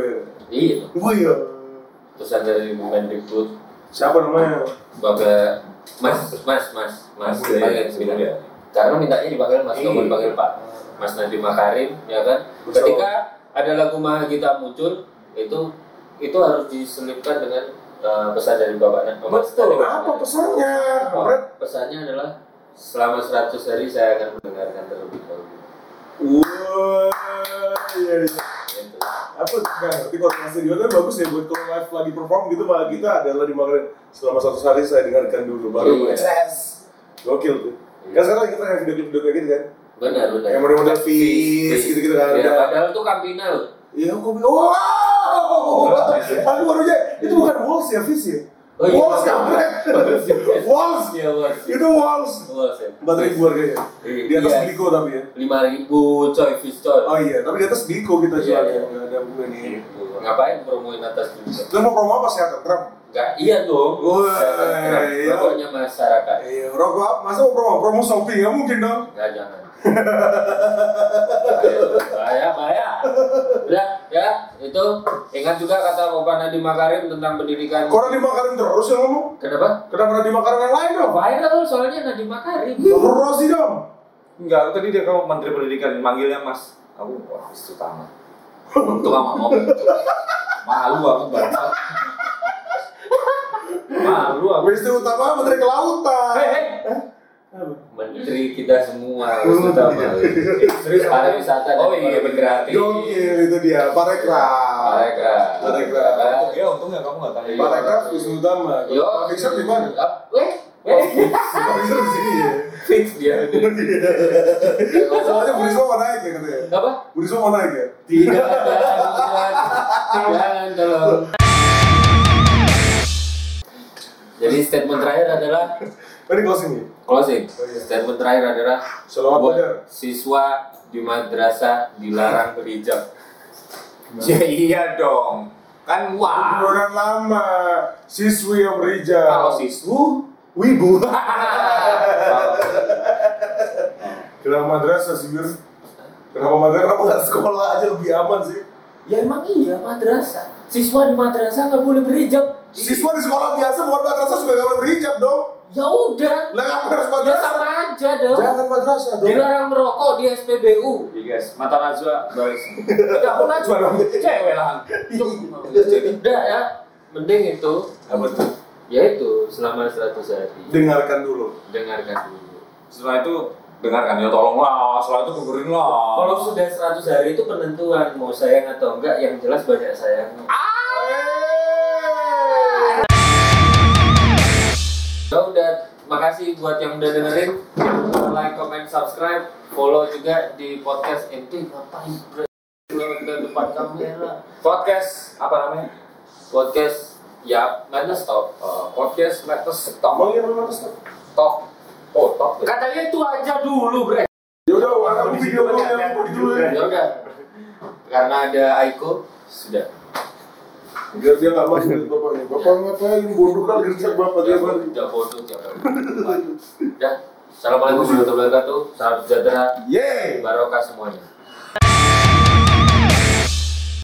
Iya. Wah iya. Pesan dari Mendikbud. Siapa namanya? Bapak Mas, Mas, Mas, Mas, Mas, dipanggil iya. sembilan. Karena mintanya dipanggil Mas, nggak mau dipanggil Pak. Mas Nadiem Makarim, ya kan? Betul. Ketika ada lagu Mahagita muncul, itu itu harus diselipkan dengan uh, pesan dari Bapak Nadiem. Betul. Apa pesannya? Pret? Pesannya adalah selama seratus hari saya akan mendengarkan terlebih dahulu. Wah, iya iya. Gitu. Apa nggak ngerti koordinasi dia tuh bagus ya buat kalau live lagi perform gitu malah kita adalah dimakarin selama satu hari saya dengarkan dulu baru Iya. yes gokil tuh. Kan sekarang kita kayak video-video kayak gitu kan. Benar, benar. Yang model-model fish gitu-gitu kan. Ya, Udah. padahal itu Campina loh. Iya, aku bilang, wow! Aku baru aja, itu bukan walls ya, fish ya? Oh, iya. Walls kampret! Walls! Iya, Walls. Itu walls! Walls ya. Empat ribu harganya. Di atas Iya. Bliko tapi ya? Lima ribu coy, fish coy. Oh iya, tapi di atas Bliko kita Iya, jualnya, iya. nggak ada bunga nih. Ngapain promoin atas juga? Lu mau promo apa sehat? Trump? Enggak, iya dong. Wah, iya. Pokoknya masyarakat. Iya, rokok apa? Masa mau promo? Promo Shopee? Nggak mungkin dong. Enggak, jangan. Bahaya, bahaya. Udah, ya, itu ingat juga kata Bapak Nadiem Makarim tentang pendidikan. Kok Nadiem Makarim terus yang ngomong? Kenapa? Kenapa Nadiem Makarim yang lain dong? Viral soalnya Nadiem Makarim. Nomor Rosi dong? Enggak, aku tadi dia kamu Menteri Pendidikan manggilnya Mas. Aku wah itu utama. Untuk apa ngomong? Malu aku banget. Malu aku. Wisnu Utama Menteri Kelautan. Hei, hei. Menteri kita semua harus utama. Serius pariwisata dan Oh iya, kreatif. Gokil itu dia, Parekraf. Parekraf. Parekraf. Untung ya, untungnya kamu nggak tanya. Parekraf Wisnu Utama. Yo, Pak Fisher di mana? Ap- Weh, Pak weh. Fisher di sini ya. Fix dia. Soalnya Bu Risma mau naik ya katanya. Apa? Bu Risma mau naik ya. Tidak ada hubungan. Jangan tolong. Jadi statement terakhir adalah Tadi closing nih. closing. Oh, iya. Statement terakhir adalah Selamat buat belajar. siswa di madrasah dilarang berhijab. Ya iya dong. Kan wah. Bulan lama siswi yang berhijab. Kalau siswu, wibu. Kenapa madrasah sih Bir? Kenapa madrasah? Kenapa nggak sekolah aja lebih aman sih? Ya emang iya madrasah. Siswa di madrasah nggak boleh berhijab. Siswa di sekolah biasa bukan madrasah juga nggak boleh berhijab dong. Ya udah. Lah nggak harus Ya madrasah. sama aja dong. Jangan madrasah dong. Dilarang merokok di S P B U. iya guys, mata Najwa baris. Tidak pun Najwa dong, cewek lah. Udah ya. Mending itu. Apa tuh? Ya itu selama seratus hari. Dengarkan dulu. Dengarkan dulu. Setelah itu dengarkan ya tolonglah, setelah itu dengerin lah. Kalau sudah seratus hari itu penentuan mau sayang atau enggak, yang jelas banyak sayangnya. Ya udah, makasih buat yang udah dengerin. Like, comment, subscribe, follow juga di podcast M T. Ngapain bro? Ke depan kamera. Podcast apa namanya? Podcast ya, mana stop. Uh, podcast Latest Talk. Mau yang mana stop? Talk. Oh, talk. Katanya itu aja dulu, bre. Ya udah, aku video dulu yang mau dulu ya. Ya udah. Karena ada Aiko, sudah. Biar dia nggak masuk ke bapaknya. Bapak ngapain? Bodoh kan gercep bapak dia balik. Udah bodoh tiap hari. Udah. Assalamualaikum warahmatullahi wabarakatuh. Salam sejahtera. Yeay. Barokah semuanya.